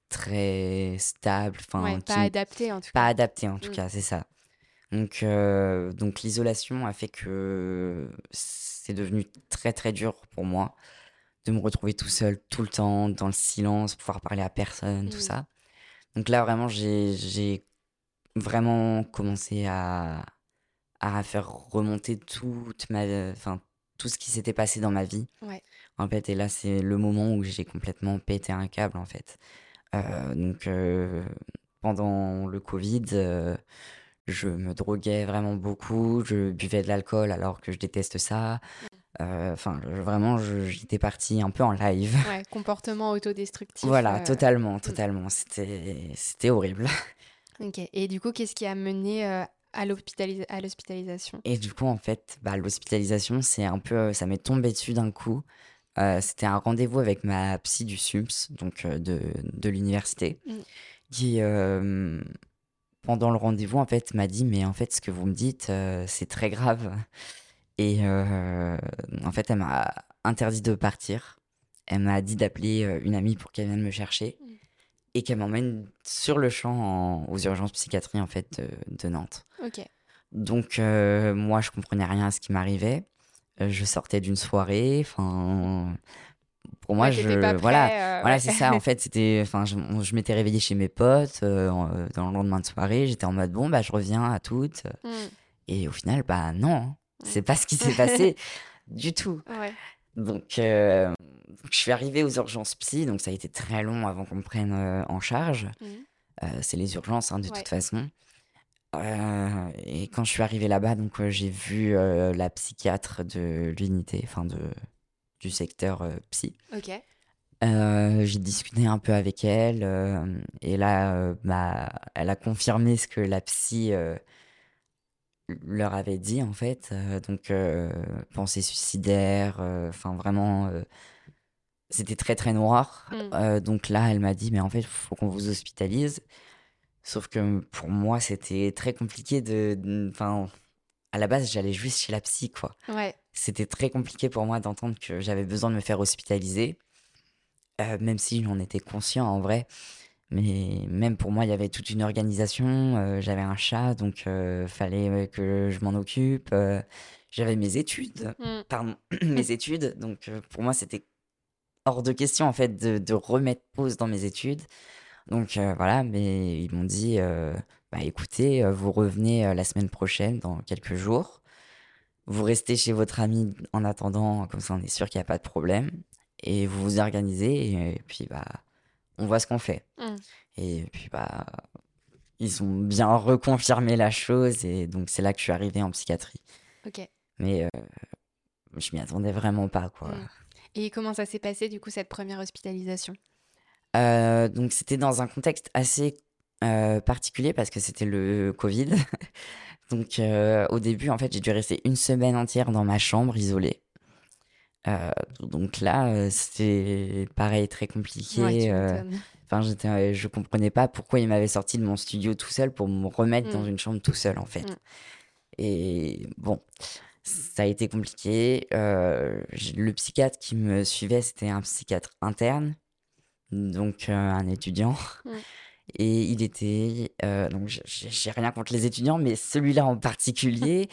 très stable, Ouais, enfin qui pas m- adapté en tout pas cas. adapté en tout Mm. cas, c'est ça. Donc euh, donc l'isolation a fait que c'est devenu très très dur pour moi de me retrouver tout seul tout le temps dans le silence, pouvoir parler à personne, tout Mm. ça. Donc là vraiment j'ai j'ai vraiment commencé à à faire remonter toute ma, enfin, tout ce qui s'était passé dans ma vie, Ouais. en fait. Et là, c'est le moment où j'ai complètement pété un câble, en fait. Euh, donc, euh, pendant le Covid, euh, je me droguais vraiment beaucoup. Je buvais de l'alcool alors que je déteste ça. Euh, Enfin, je- vraiment, je- j'étais parti un peu en live. Ouais, comportement autodestructif. Voilà, euh, totalement, mm. totalement. C'était, c'était horrible. Ok. Et du coup, qu'est-ce qui a mené euh, à l'hospitalis- à l'hospitalisation? Et du coup, en fait, bah, l'hospitalisation, c'est un peu, ça m'est tombé dessus d'un coup. Euh, c'était un rendez-vous avec ma psy du SUMS, donc euh, de, de l'université, Mm. qui, euh, pendant le rendez-vous, en fait, m'a dit, mais en fait, ce que vous me dites, euh, c'est très grave. Et euh, en fait, elle m'a interdit de partir. Elle m'a dit d'appeler euh, une amie pour qu'elle vienne me chercher Mm. et qu'elle m'emmène sur le champ en- aux urgences psychiatrie, en fait, de, de Nantes. Ok. Donc, euh, moi, je comprenais rien à ce qui m'arrivait. Euh, Je sortais d'une soirée, enfin, pour moi, Ouais, t'étais pas je, voilà, prêt. euh, voilà, ouais. c'est ça. En fait, c'était, enfin, je, on- je m'étais réveillé chez mes potes euh, en- euh, dans le lendemain de soirée. J'étais en mode bon, bah, je reviens à toutes. Mm. Et au final, bah non, hein. C'est Mm. pas ce qui s'est passé du tout. Ouais. Donc, euh, donc, je suis arrivée aux urgences psy. Donc, ça a été très long avant qu'on me prenne euh, en charge. Mm. Euh, c'est les urgences, hein, de toute Ouais. façon. Euh, et quand je suis arrivée là-bas, donc euh, j'ai vu euh, la psychiatre de l'unité, enfin de du secteur euh, psy. Ok. Euh, j'ai discuté un peu avec elle euh, et là, euh, bah, elle a confirmé ce que la psy euh, leur avait dit en fait. Euh, donc, euh, pensée suicidaire, euh, enfin vraiment, euh, c'était très très noir. Mm. Euh, donc là, elle m'a dit, mais en fait, il faut qu'on vous hospitalise. Sauf que pour moi, c'était très compliqué de, de- enfin, à la base, j'allais juste chez la psy, quoi. Ouais. C'était très compliqué pour moi d'entendre que j'avais besoin de me faire hospitaliser, euh, même si j'en étais conscient en vrai. Mais même pour moi, il y avait toute une organisation. Euh, j'avais un chat, donc euh, fallait euh, que je m'en occupe. Euh, j'avais mes études, Mm. pardon, mes études. Donc euh, pour moi, c'était hors de question en fait de, de remettre pause dans mes études. Donc euh, voilà, mais ils m'ont dit, euh, bah écoutez, euh, vous revenez euh, la semaine prochaine, dans quelques jours. Vous restez chez votre ami en attendant, comme ça on est sûr qu'il n'y a pas de problème. Et vous vous organisez, et, et puis bah, on voit ce qu'on fait. Mm. Et puis bah, ils ont bien reconfirmé la chose, et donc c'est là que je suis arrivé en psychiatrie. Ok. Mais euh, je m'y attendais vraiment pas, quoi. Mm. Et comment ça s'est passé du coup cette première hospitalisation? Euh, donc c'était dans un contexte assez euh, particulier parce que c'était le Covid. Donc euh, au début, en fait, j'ai dû rester une semaine entière dans ma chambre isolée. Euh, donc là, euh, c'était pareil, très Ouais, compliqué. tu euh, m'étonnes. Enfin, j'étais, euh, je comprenais pas pourquoi il m'avait sorti de mon studio tout seul pour me remettre dans Mm. une chambre tout seul, en Mm. fait. Et bon, ça a été compliqué. Euh, j- le psychiatre qui me suivait, c'était un psychiatre interne. donc euh, un étudiant. Mm. Et il était, euh, donc j'ai j'ai rien contre les étudiants, mais celui-là en particulier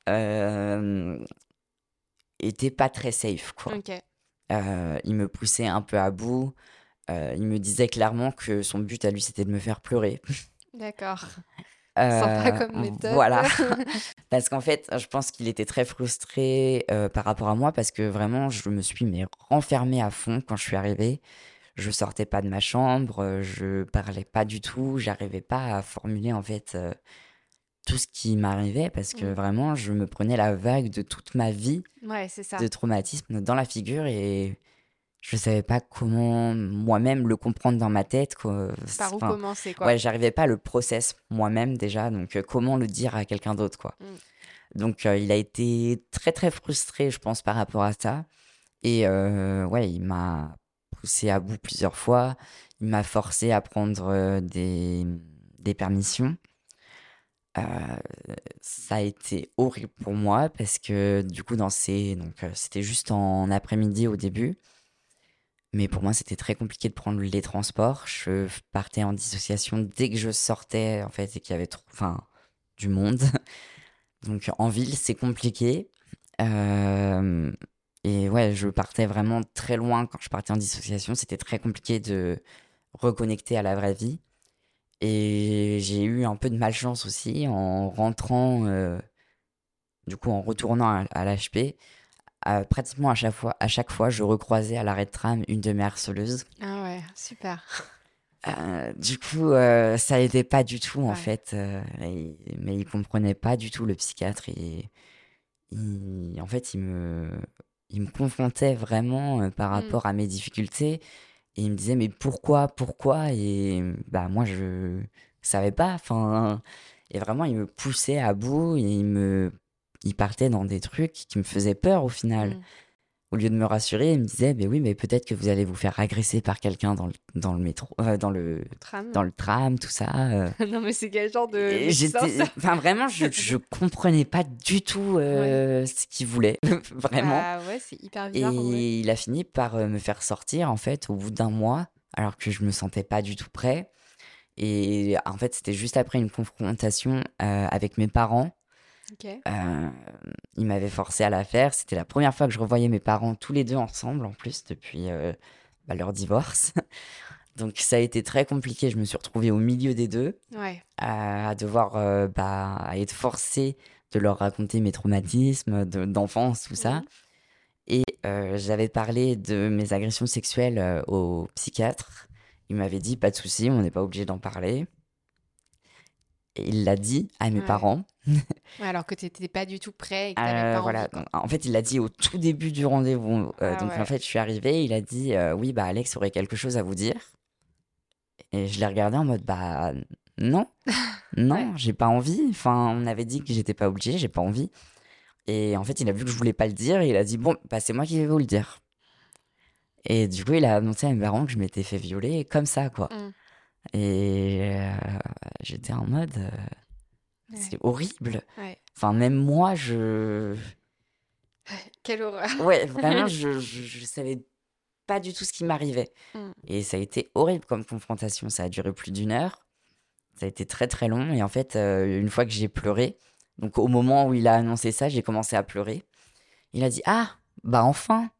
euh, était pas très safe, quoi. Ok, Euh, il me poussait un peu à bout. Euh, il me disait clairement que son but à lui, c'était de me faire pleurer. d'accord. Sympa Euh, comme méthode. voilà. Parce qu'en fait, je pense qu'il était très frustré euh, par rapport à moi parce que vraiment, je me suis mais renfermée à fond quand je suis arrivée. Je sortais pas de ma chambre, euh, je parlais pas du tout, j'arrivais pas à formuler en fait euh, tout ce qui m'arrivait parce que Mm. vraiment, je me prenais la vague de toute ma vie Ouais, c'est de ça. traumatisme dans la figure et je savais pas comment moi-même le comprendre dans ma tête, quoi. Par où Enfin, commencer, quoi. ouais, j'arrivais pas à le process moi-même déjà, donc euh, comment le dire à quelqu'un d'autre, quoi. Mm. Donc euh, il a été très très frustré, je pense, par rapport à ça. Et euh, ouais, il m'a poussé à bout plusieurs fois. Il m'a forcé à prendre euh, des, des permissions. Euh, Ça a été horrible pour moi parce que du coup, dans ces... donc, euh, c'était juste en après-midi au début. Mais pour moi, c'était très compliqué de prendre les transports. Je partais en dissociation dès que je sortais, en fait, et qu'il y avait trop, enfin, du monde. Donc en ville, c'est compliqué. Euh, et ouais, je partais vraiment très loin quand je partais en dissociation. C'était très compliqué de reconnecter à la vraie vie. Et j'ai eu un peu de malchance aussi en rentrant, euh, du coup en retournant à, à l'H P. Euh, pratiquement à chaque fois, à chaque fois, je recroisais à l'arrêt de tram une de mes harceleuses. Ah ouais, super. Euh, du coup, euh, ça aidait pas du tout en Ouais. fait. Euh, et- mais il comprenait pas du tout le psychiatre. Et il- en fait, il me, il me confrontait vraiment euh, par Mm. rapport à mes difficultés et il me disait mais pourquoi, pourquoi? Et bah moi je savais pas. Enfin, et vraiment il me poussait à bout et il me, il partait dans des trucs qui me faisaient peur au final. Mm. Au lieu de me rassurer, il me disait mais oui mais peut-être que vous allez vous faire agresser par quelqu'un dans le, dans le métro, euh, dans le, Tram. dans le tram, tout ça. euh. Non, mais c'est quel genre de Et médecin, ça? j'étais, enfin vraiment, je, je comprenais pas du tout Ouais. euh, ce qu'il voulait, vraiment. Bah ouais, c'est hyper bizarre en vrai. Et il a fini par euh, me faire sortir en fait au bout d'un mois, alors que je me sentais pas du tout prêt. Et en fait, c'était juste après une confrontation euh, avec mes parents. Ok. Euh, il m'avait forcé à la faire. C'était la première fois que je revoyais mes parents tous les deux ensemble en plus depuis euh, bah, leur divorce. Donc ça a été très compliqué. Je me suis retrouvée au milieu des deux Ouais. à devoir euh, bah, à être forcée de leur raconter mes traumatismes de- d'enfance, tout ça. Mhm. Et euh, j'avais parlé de mes agressions sexuelles euh, au psychiatre. Il m'avait dit, pas de souci, on n'est pas obligé d'en parler. Et il l'a dit à mes Ouais. parents. Ouais, alors que t'étais pas du tout prêt et que t'avais Euh, pas envie, voilà. quoi. Donc, en fait, il l'a dit au tout début du rendez-vous. Euh, Ah donc, en ouais. fait, je suis arrivée, il a dit, euh, oui, bah, Alex aurait quelque chose à vous dire. Et je l'ai regardé en mode, bah, non, Ouais. non, j'ai pas envie. Enfin, on avait dit que j'étais pas obligée, j'ai pas envie. Et en fait, il a vu que je voulais pas le dire et il a dit, bon, bah, c'est moi qui vais vous le dire. Et du coup, il a annoncé à mes parents que je m'étais fait violer comme ça, quoi. Mm. Et euh, j'étais en mode, euh, Ouais. c'est horrible. Ouais. Enfin, même moi, je. Quelle horreur. Ouais, vraiment, je, je, je savais pas du tout ce qui m'arrivait. Mm. Et ça a été horrible comme confrontation. Ça a duré plus d'une heure. Ça a été très très long. Et en fait, euh, une fois que j'ai pleuré, donc au moment où il a annoncé ça, j'ai commencé à pleurer. Il a dit, ah, bah enfin,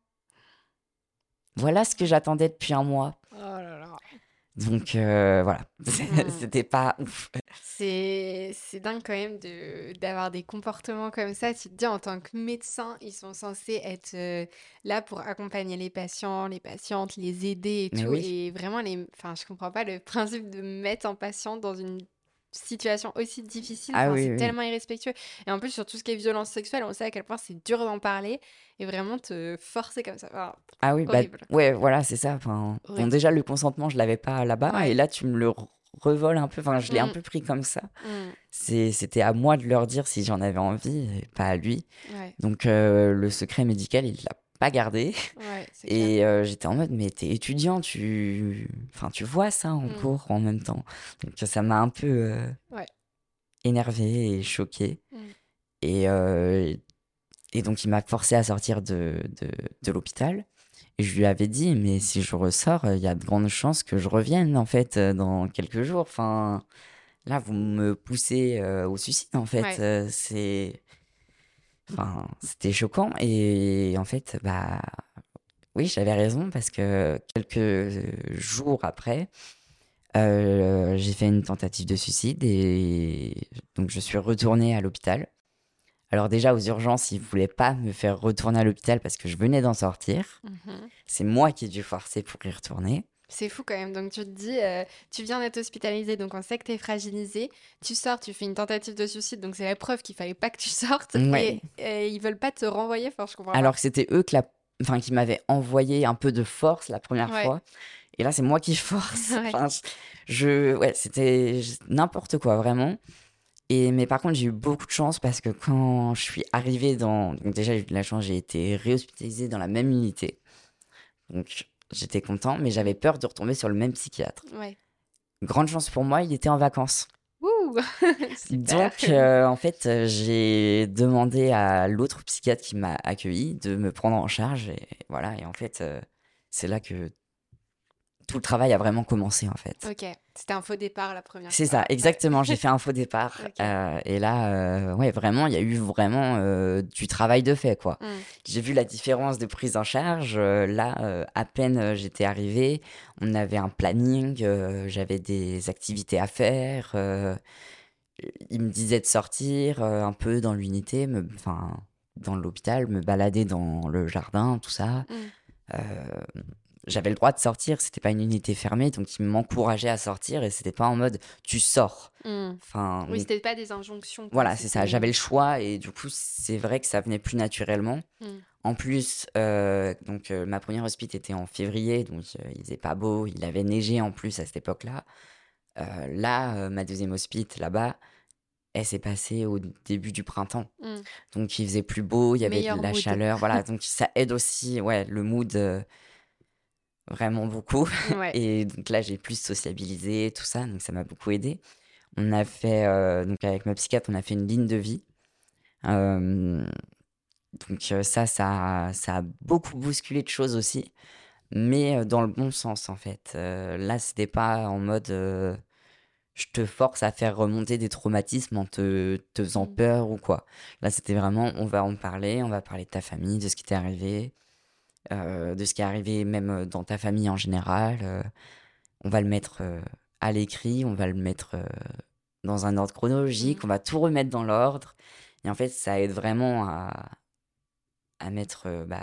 voilà ce que j'attendais depuis un mois. Oh là là. Donc euh, voilà, Mm. c'était pas ouf. C'est c'est dingue quand même de d'avoir des comportements comme ça. Tu te dis en tant que médecin, ils sont censés être euh, là pour accompagner les patients, les patientes, les aider et Mais tout. oui. Et vraiment, les... enfin, je comprends pas le principe de mettre un patient dans une situation aussi difficile. Ah Enfin, oui, c'est oui. tellement irrespectueux. Et en plus, sur tout ce qui est violence sexuelle, on sait à quel point c'est dur d'en parler et vraiment te forcer comme ça. Enfin, Ah oui, bah horrible, ouais, voilà, c'est ça. Enfin, bon, horrible. déjà, le consentement, je l'avais pas là-bas. Et Ouais. là, tu me le re- revoles un peu. Enfin, je l'ai un Mm, peu pris comme ça. mm. C'est, c'était à moi de leur dire si j'en avais envie, et pas à lui. Ouais, Donc, euh, le secret médical, il l'a pas gardé. ouais, c'est clair. Et euh, j'étais en mode, mais t'es étudiant, tu... Enfin, tu vois ça en Mm. cours en même temps. Donc, ça m'a un peu euh, Ouais. énervé et choqué. Mm. Et, euh, et donc, il m'a forcé à sortir de, de, de l'hôpital. Et je lui avais dit, mais si je ressors, il y a de grandes chances que je revienne, en fait, euh, dans quelques jours. Enfin, là, vous me poussez euh, au suicide, en fait. Ouais. Euh, c'est... Enfin, c'était choquant. Et en fait, bah, oui, j'avais raison parce que quelques jours après, euh, j'ai fait une tentative de suicide et donc je suis retournée à l'hôpital. Alors déjà, aux urgences, ils voulaient pas me faire retourner à l'hôpital parce que je venais d'en sortir. Mhm. C'est moi qui ai dû forcer pour y retourner. C'est fou quand même. Donc tu te dis, euh, tu viens d'être hospitalisé, donc on sait que t'es fragilisé. Tu sors, tu fais une tentative de suicide, donc c'est la preuve qu'il fallait pas que tu sortes. Ouais. Et, et ils veulent pas te renvoyer. Enfin, je comprends Alors pas. que c'était eux que la... enfin, qui m'avaient envoyé un peu de force la première Ouais, fois. Et là, c'est moi qui force. ouais. Enfin, je... Ouais, c'était n'importe quoi, vraiment. Et, mais par contre, j'ai eu beaucoup de chance parce que quand je suis arrivée dans... Donc déjà, j'ai eu de la chance, j'ai été réhospitalisée dans la même unité. Donc j'étais content, mais j'avais peur de retomber sur le même psychiatre. Ouais. Grande chance pour moi, il était en vacances. Ouh, super. Donc, euh, en fait, euh, j'ai demandé à l'autre psychiatre qui m'a accueilli de me prendre en charge. Et voilà, et en fait, euh, c'est là que tout le travail a vraiment commencé, en fait. Ok, c'était un faux départ la première C'est fois. ça, Ouais. exactement. J'ai fait un faux départ. Ok. euh, et là, euh, ouais, vraiment, il y a eu vraiment euh, du travail de fait, quoi. Hmm. J'ai vu la différence de prise en charge. euh, là, euh, à peine euh, j'étais arrivée, on avait un planning, euh, j'avais des activités à faire. euh, il me disait de sortir euh, un peu dans l'unité, me- enfin, dans l'hôpital, me balader dans le jardin, tout ça. Hmm. Euh, J'avais le droit de sortir, c'était pas une unité fermée, donc il m'encourageait à sortir et c'était pas en mode tu sors. Hmm. Enfin, Oui, c'était pas des injonctions, quoi. voilà, c'est ça. J'avais C'était. le choix et du coup, c'est vrai que ça venait plus naturellement. Hmm. En plus, euh, donc euh, ma première hospite était en février, donc euh, il faisait pas beau, il avait neigé en plus à cette époque-là. Euh, là, euh, ma deuxième hospite là-bas, elle s'est passée au début du printemps. Hmm. Donc il faisait plus beau, il y avait de Meilleur la mood. chaleur, voilà. Donc ça aide aussi, ouais, le mood euh, vraiment beaucoup. Ouais. Et donc là, j'ai plus sociabilisé, tout ça, donc ça m'a beaucoup aidé. On a fait, euh, donc avec ma psychiatre, on a fait une ligne de vie. Euh, donc euh, ça, ça, ça a beaucoup bousculé de choses aussi, mais euh, dans le bon sens en fait. Euh, là, c'était pas en mode euh, je te force à faire remonter des traumatismes en te, te faisant Hmm. peur ou quoi. Là, c'était vraiment on va en parler, on va parler de ta famille, de ce qui t'est arrivé, euh, de ce qui est arrivé même euh, dans ta famille en général. euh, on va le mettre euh, à l'écrit, on va le mettre euh, dans un ordre Hmm. chronologique, on va tout remettre dans l'ordre. Et en fait, ça aide vraiment à, à mettre euh, bah,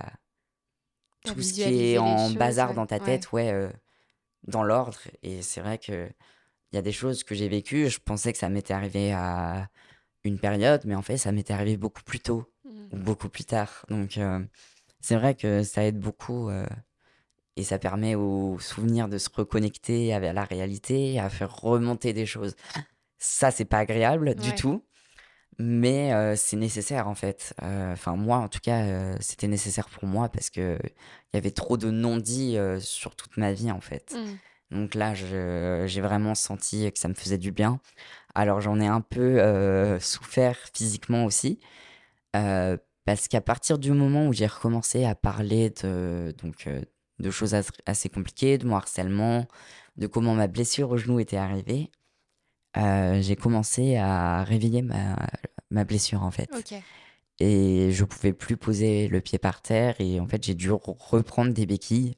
À tout ce qui est visualiser les en choses, bazar ouais. dans ta Ouais. tête, ouais, euh, dans l'ordre. Et c'est vrai que il y a des choses que j'ai vécues, je pensais que ça m'était arrivé à une période, mais en fait, ça m'était arrivé beaucoup plus tôt Hmm. ou beaucoup plus tard. Donc, euh, c'est vrai que ça aide beaucoup euh, et ça permet aux souvenirs de se reconnecter avec la réalité, à faire remonter des choses. Ça, c'est pas agréable du Ouais. tout, mais euh, c'est nécessaire en fait. Euh, Enfin, moi, en tout cas, euh, c'était nécessaire pour moi parce que il y avait trop de non-dits euh, sur toute ma vie en fait. Hmm. Donc là, je- j'ai vraiment senti que ça me faisait du bien. Alors j'en ai un peu euh, souffert physiquement aussi, euh, parce qu'à partir du moment où j'ai recommencé à parler de, donc, euh, de choses as- assez compliquées, de mon harcèlement, de comment ma blessure au genou était arrivée, euh, j'ai commencé à réveiller ma, ma blessure en fait. Ok. Et je pouvais plus poser le pied par terre et en fait j'ai dû re- reprendre des béquilles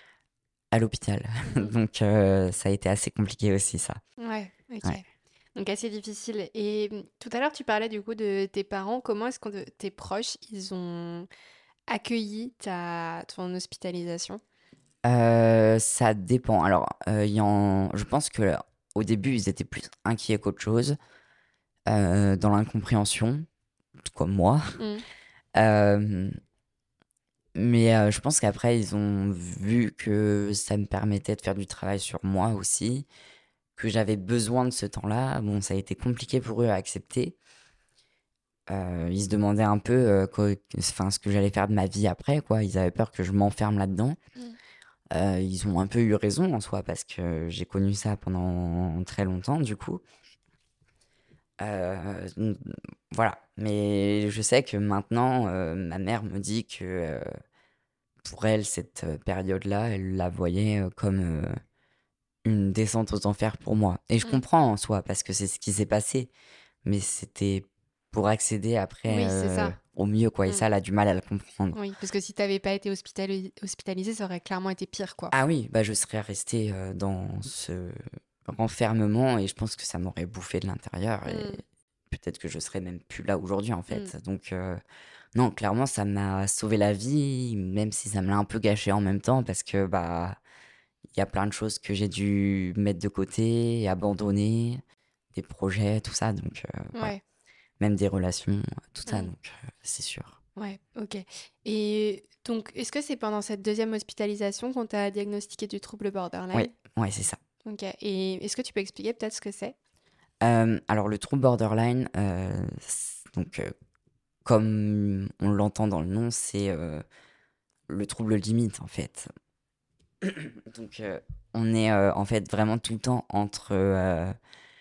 à l'hôpital. Hmm. Donc euh, ça a été assez compliqué aussi ça. Ouais. Ok. Ouais. Donc assez difficile. Et mm, tout à l'heure, tu parlais du coup de tes parents. Comment est-ce que tes proches, ils ont accueilli ta ton hospitalisation? Euh, ça dépend. Alors, euh, il y en... je pense que au début, ils étaient plus inquiets qu'autre chose, euh, dans l'incompréhension, tout comme moi. Hmm. Euh, mais euh, je pense qu'après, ils ont vu que ça me permettait de faire du travail sur moi aussi, que j'avais besoin de ce temps-là. Bon, ça a été compliqué pour eux à accepter. Euh, ils se demandaient un peu euh, quoi- enfin, ce que j'allais faire de ma vie après, quoi. Ils avaient peur que je m'enferme là-dedans. Hmm. Euh, ils ont un peu eu raison en soi parce que j'ai connu ça pendant très longtemps du coup. Euh, n- voilà. Mais je sais que maintenant, euh, ma mère me dit que euh, pour elle, cette euh, période-là, elle la voyait euh, comme euh, une descente aux enfers pour moi. Et je Mm. comprends en soi, parce que c'est ce qui s'est passé, mais c'était pour accéder après Oui, c'est euh, ça. au mieux, quoi. Et Mm. ça, elle a du mal à le comprendre. Oui, parce que si t'avais pas été hospitali- hospitalisé, ça aurait clairement été pire, quoi. Ah oui, bah je serais restée euh, dans ce renfermement et je pense que ça m'aurait bouffé de l'intérieur et Mm. peut-être que je serais même plus là aujourd'hui en Mm. fait. Donc euh, non, clairement ça m'a sauvé la vie, même si ça me l'a un peu gâché en même temps parce que bah il y a plein de choses que j'ai dû mettre de côté, abandonner, des projets, tout ça. Donc euh, voilà, Ouais. même des relations, tout ça. Mm. Donc euh, c'est sûr. Ouais, ok. Et donc, est-ce que c'est pendant cette deuxième hospitalisation qu'on t'a diagnostiqué du trouble Oui, borderline? ouais, c'est ça. Ok. Et est-ce que tu peux expliquer peut-être ce que c'est? Euh, alors le trouble borderline, euh, c'est- donc euh, comme on l'entend dans le nom, c'est euh, le trouble limite en fait. Donc euh, on est euh, en fait vraiment tout le temps entre, euh,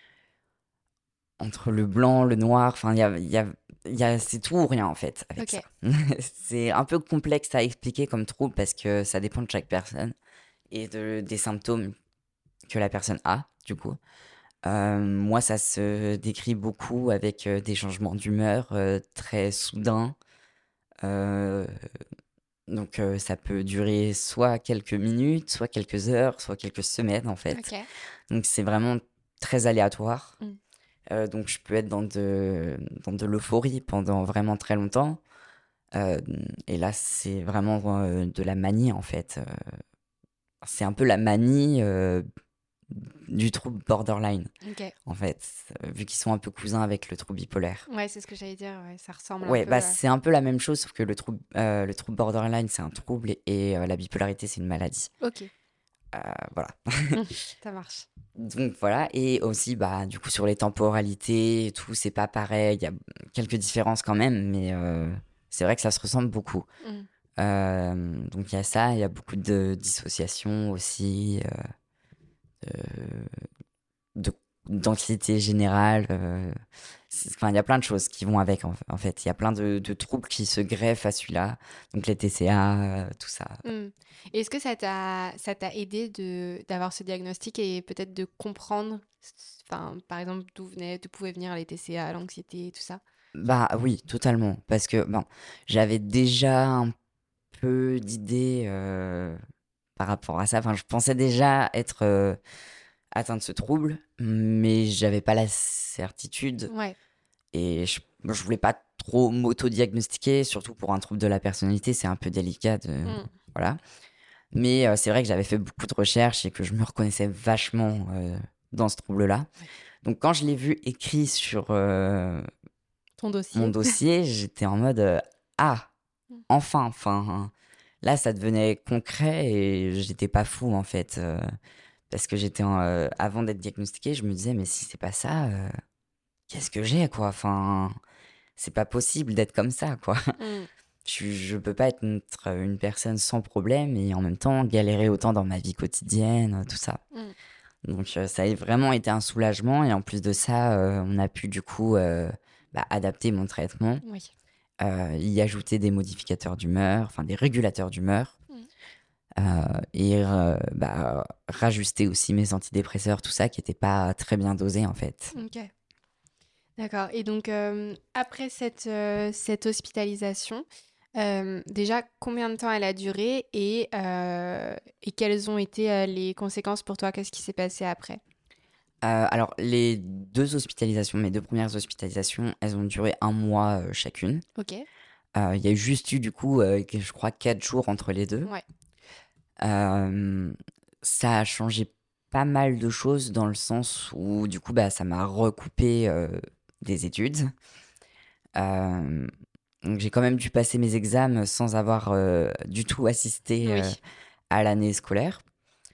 entre le blanc, le noir, enfin il y a, il y a, il y a- c'est tout ou rien en fait avec Ok. ça. C'est un peu complexe à expliquer comme trouble parce que ça dépend de chaque personne et de, des symptômes que la personne a du coup. Euh, moi ça se décrit beaucoup avec euh, des changements d'humeur euh, très soudains. Euh, Donc euh, ça peut durer soit quelques minutes, soit quelques heures, soit quelques semaines en fait. Ok. Donc c'est vraiment très aléatoire. Mm. Euh, donc je peux être dans de, dans de l'euphorie pendant vraiment très longtemps. Euh, et là c'est vraiment euh, de la manie en fait. Euh, c'est un peu la manie euh, du trouble borderline Ok. en fait, euh, vu qu'ils sont un peu cousins avec le trouble bipolaire. Ouais, c'est ce que j'allais dire. Ouais, ça ressemble un Ouais, peu bah à... c'est un peu la même chose, sauf que le trouble, euh, le trouble borderline, c'est un trouble et euh, la bipolarité, c'est une maladie. Ok. Euh, voilà. Mm. Ça marche. Donc voilà, et aussi, bah, du coup, sur les temporalités et tout, c'est pas pareil. Il y a quelques différences quand même, mais euh, c'est vrai que ça se ressemble beaucoup. Mm. Euh, donc il y a ça, il y a beaucoup de dissociation aussi, euh, de, d'anxiété générale. euh, c'est- Enfin, il y a plein de choses qui vont avec, en, en fait. Il y a plein de, de troubles qui se greffent à celui-là. Donc les T C A, euh, tout ça. Mm. Et est-ce que ça t'a ça t'a aidé de d'avoir ce diagnostic et peut-être de comprendre, enfin, par exemple, d'où venait, d'où pouvaient venir les T C A, l'anxiété, tout ça? Bah oui, totalement. Parce que, bon, j'avais déjà un peu d'idées euh, par rapport à ça. Enfin, je pensais déjà être euh, atteint de ce trouble, mais j'avais pas la certitude Ouais. et je, je voulais pas trop m'auto-diagnostiquer, surtout pour un trouble de la personnalité, c'est un peu délicat de, Mm. voilà. Mais euh, c'est vrai que j'avais fait beaucoup de recherches et que je me reconnaissais vachement euh, dans ce trouble-là. Ouais. Donc quand je l'ai vu écrit sur euh, Ton mon dossier? dossier, j'étais en mode euh, ah, Mm. enfin, enfin. Là, ça devenait concret et j'étais pas fou en fait. euh, parce que j'étais en, euh, avant d'être diagnostiqué, je me disais, mais si c'est pas ça, euh, qu'est-ce que j'ai quoi? Enfin, c'est pas possible d'être comme ça quoi. Mm. Je, je peux pas être une, une personne sans problème et en même temps galérer autant dans ma vie quotidienne, tout ça. Mm. Donc euh, ça a vraiment été un soulagement et en plus de ça, euh, on a pu du coup euh, bah, adapter mon traitement, Oui. euh, y ajouter des modificateurs d'humeur, enfin des régulateurs d'humeur. Mm. Euh, et euh, bah, rajuster aussi mes antidépresseurs, tout ça qui n'était pas très bien dosé en fait. Ok. D'accord. Et donc, euh, après cette, euh, cette hospitalisation, euh, déjà, combien de temps elle a duré et, euh, et quelles ont été euh, les conséquences pour toi? Qu'est-ce qui s'est passé après? Euh, alors les deux hospitalisations, mes deux premières hospitalisations, elles ont duré un mois euh, chacune. Ok. Euh, Il y a juste eu du coup, euh, que- je crois, quatre jours entre les deux. Ouais. Euh, Ça a changé pas mal de choses dans le sens où du coup, bah, ça m'a recoupé euh, des études. Euh, donc j'ai quand même dû passer mes examens sans avoir euh, du tout assisté euh, Oui. à l'année scolaire.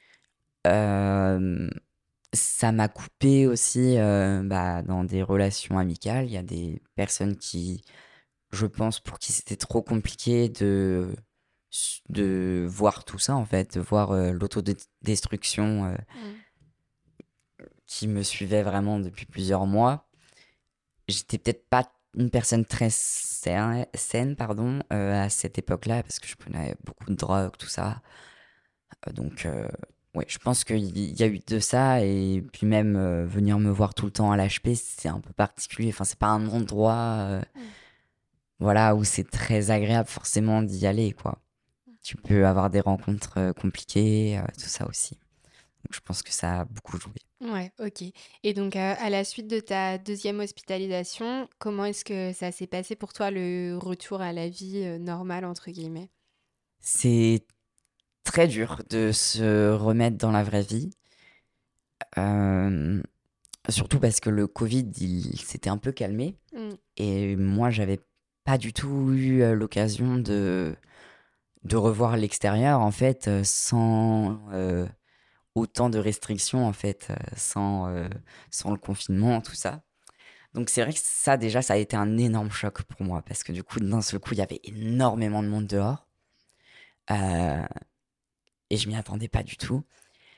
Euh, Ça m'a coupé aussi euh, bah, dans des relations amicales. Il y a des personnes qui, je pense, pour qui c'était trop compliqué de, de voir tout ça, en fait, de voir euh, l'autodestruction euh, Mm. qui me suivait vraiment depuis plusieurs mois. J'étais peut-être pas une personne très saine, saine pardon, euh, à cette époque-là, parce que je prenais beaucoup de drogue, tout ça. Euh, donc, euh, ouais, je pense qu'il y a eu de ça. Et puis même euh, venir me voir tout le temps à l'H P, c'est un peu particulier. Enfin, c'est pas un endroit euh, Mm. voilà, où c'est très agréable forcément d'y aller, quoi. Tu peux avoir des rencontres euh, compliquées, euh, tout ça aussi. Donc, je pense que ça a beaucoup joué. Ouais, ok. Et donc, euh, à la suite de ta deuxième hospitalisation, comment est-ce que ça s'est passé pour toi, le retour à la vie euh, normale, entre guillemets? C'est très dur de se remettre dans la vraie vie. Euh, Surtout parce que le Covid, il s'était un peu calmé. Mm. Et moi, j'avais pas du tout eu euh, l'occasion de, de revoir l'extérieur, en fait, euh, sans euh, autant de restrictions, en fait, euh, sans, euh, sans le confinement, tout ça. Donc c'est vrai que ça, déjà, ça a été un énorme choc pour moi, parce que du coup, d'un seul coup, il y avait énormément de monde dehors, euh, et je m'y attendais pas du tout.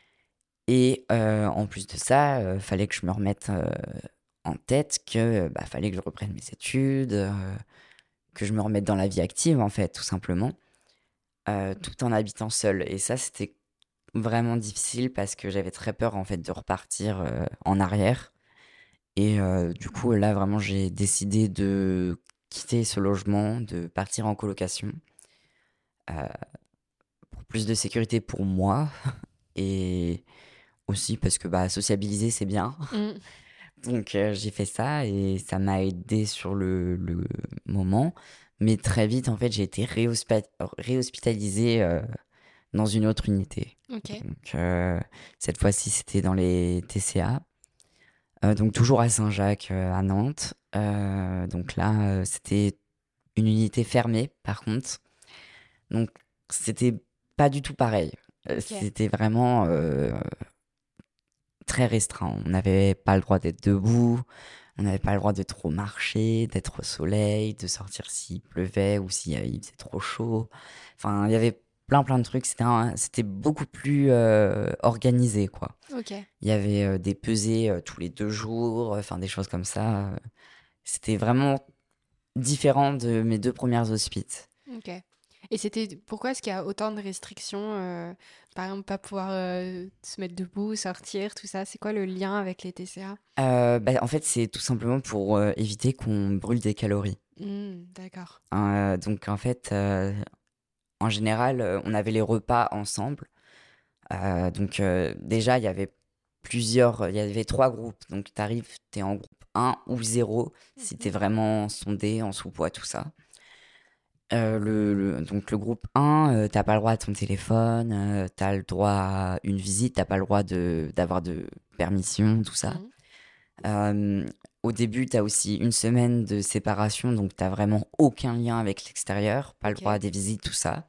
Et euh, en plus de ça, euh, fallait que je me remette euh, en tête que bah, fallait que je reprenne mes études, euh, que je me remette dans la vie active, en fait, tout simplement, euh, tout en habitant seul. Et ça, c'était vraiment difficile parce que j'avais très peur, en fait, de repartir euh, en arrière. Et euh, du coup, là, vraiment, j'ai décidé de quitter ce logement, de partir en colocation, euh, pour plus de sécurité pour moi et aussi parce que bah, sociabiliser, c'est bien. Mm. Donc euh, j'ai fait ça et ça m'a aidé sur le, le moment. Mais très vite, en fait, j'ai été réhospa- réhospitalisé euh, dans une autre unité. Ok. Donc euh, cette fois-ci, c'était dans les T C A. Euh, donc toujours à Saint-Jacques, euh, à Nantes. Euh, donc là, euh, c'était une unité fermée, par contre. Donc c'était pas du tout pareil. Euh, Ok. C'était vraiment euh, très restreint. On n'avait pas le droit d'être debout. On n'avait pas le droit de trop marcher, d'être au soleil, de sortir s'il pleuvait ou s'il il faisait trop chaud. Enfin, il y avait plein plein de trucs. C'était un- c'était beaucoup plus euh, organisé, quoi. Ok. Il y avait euh, des pesées euh, tous les deux jours, enfin des choses comme ça. C'était vraiment différent de mes deux premières hospices. Ok. Et c'était pourquoi est-ce qu'il y a autant de restrictions, euh, par exemple, pas pouvoir euh, se mettre debout, sortir, tout ça? C'est quoi le lien avec les T C A? Euh, bah, en fait, c'est tout simplement pour euh, éviter qu'on brûle des calories. Hmm, d'accord. Euh, donc, en fait, euh, en général, euh, on avait les repas ensemble. Euh, donc euh, déjà, il y avait plusieurs, il y avait trois groupes. Donc tu arrives, tu es en groupe un ou zéro si tu es Mhm. vraiment sondé, en sous-poids, tout ça. Euh, le, le- donc le groupe un, euh, t'as pas le droit à ton téléphone, euh, t'as le droit à une visite, t'as pas le droit de, d'avoir de permission, tout ça. Mhm. Euh, Au début, t'as aussi une semaine de séparation, donc t'as vraiment aucun lien avec l'extérieur, pas le droit à Ok. des visites, tout ça.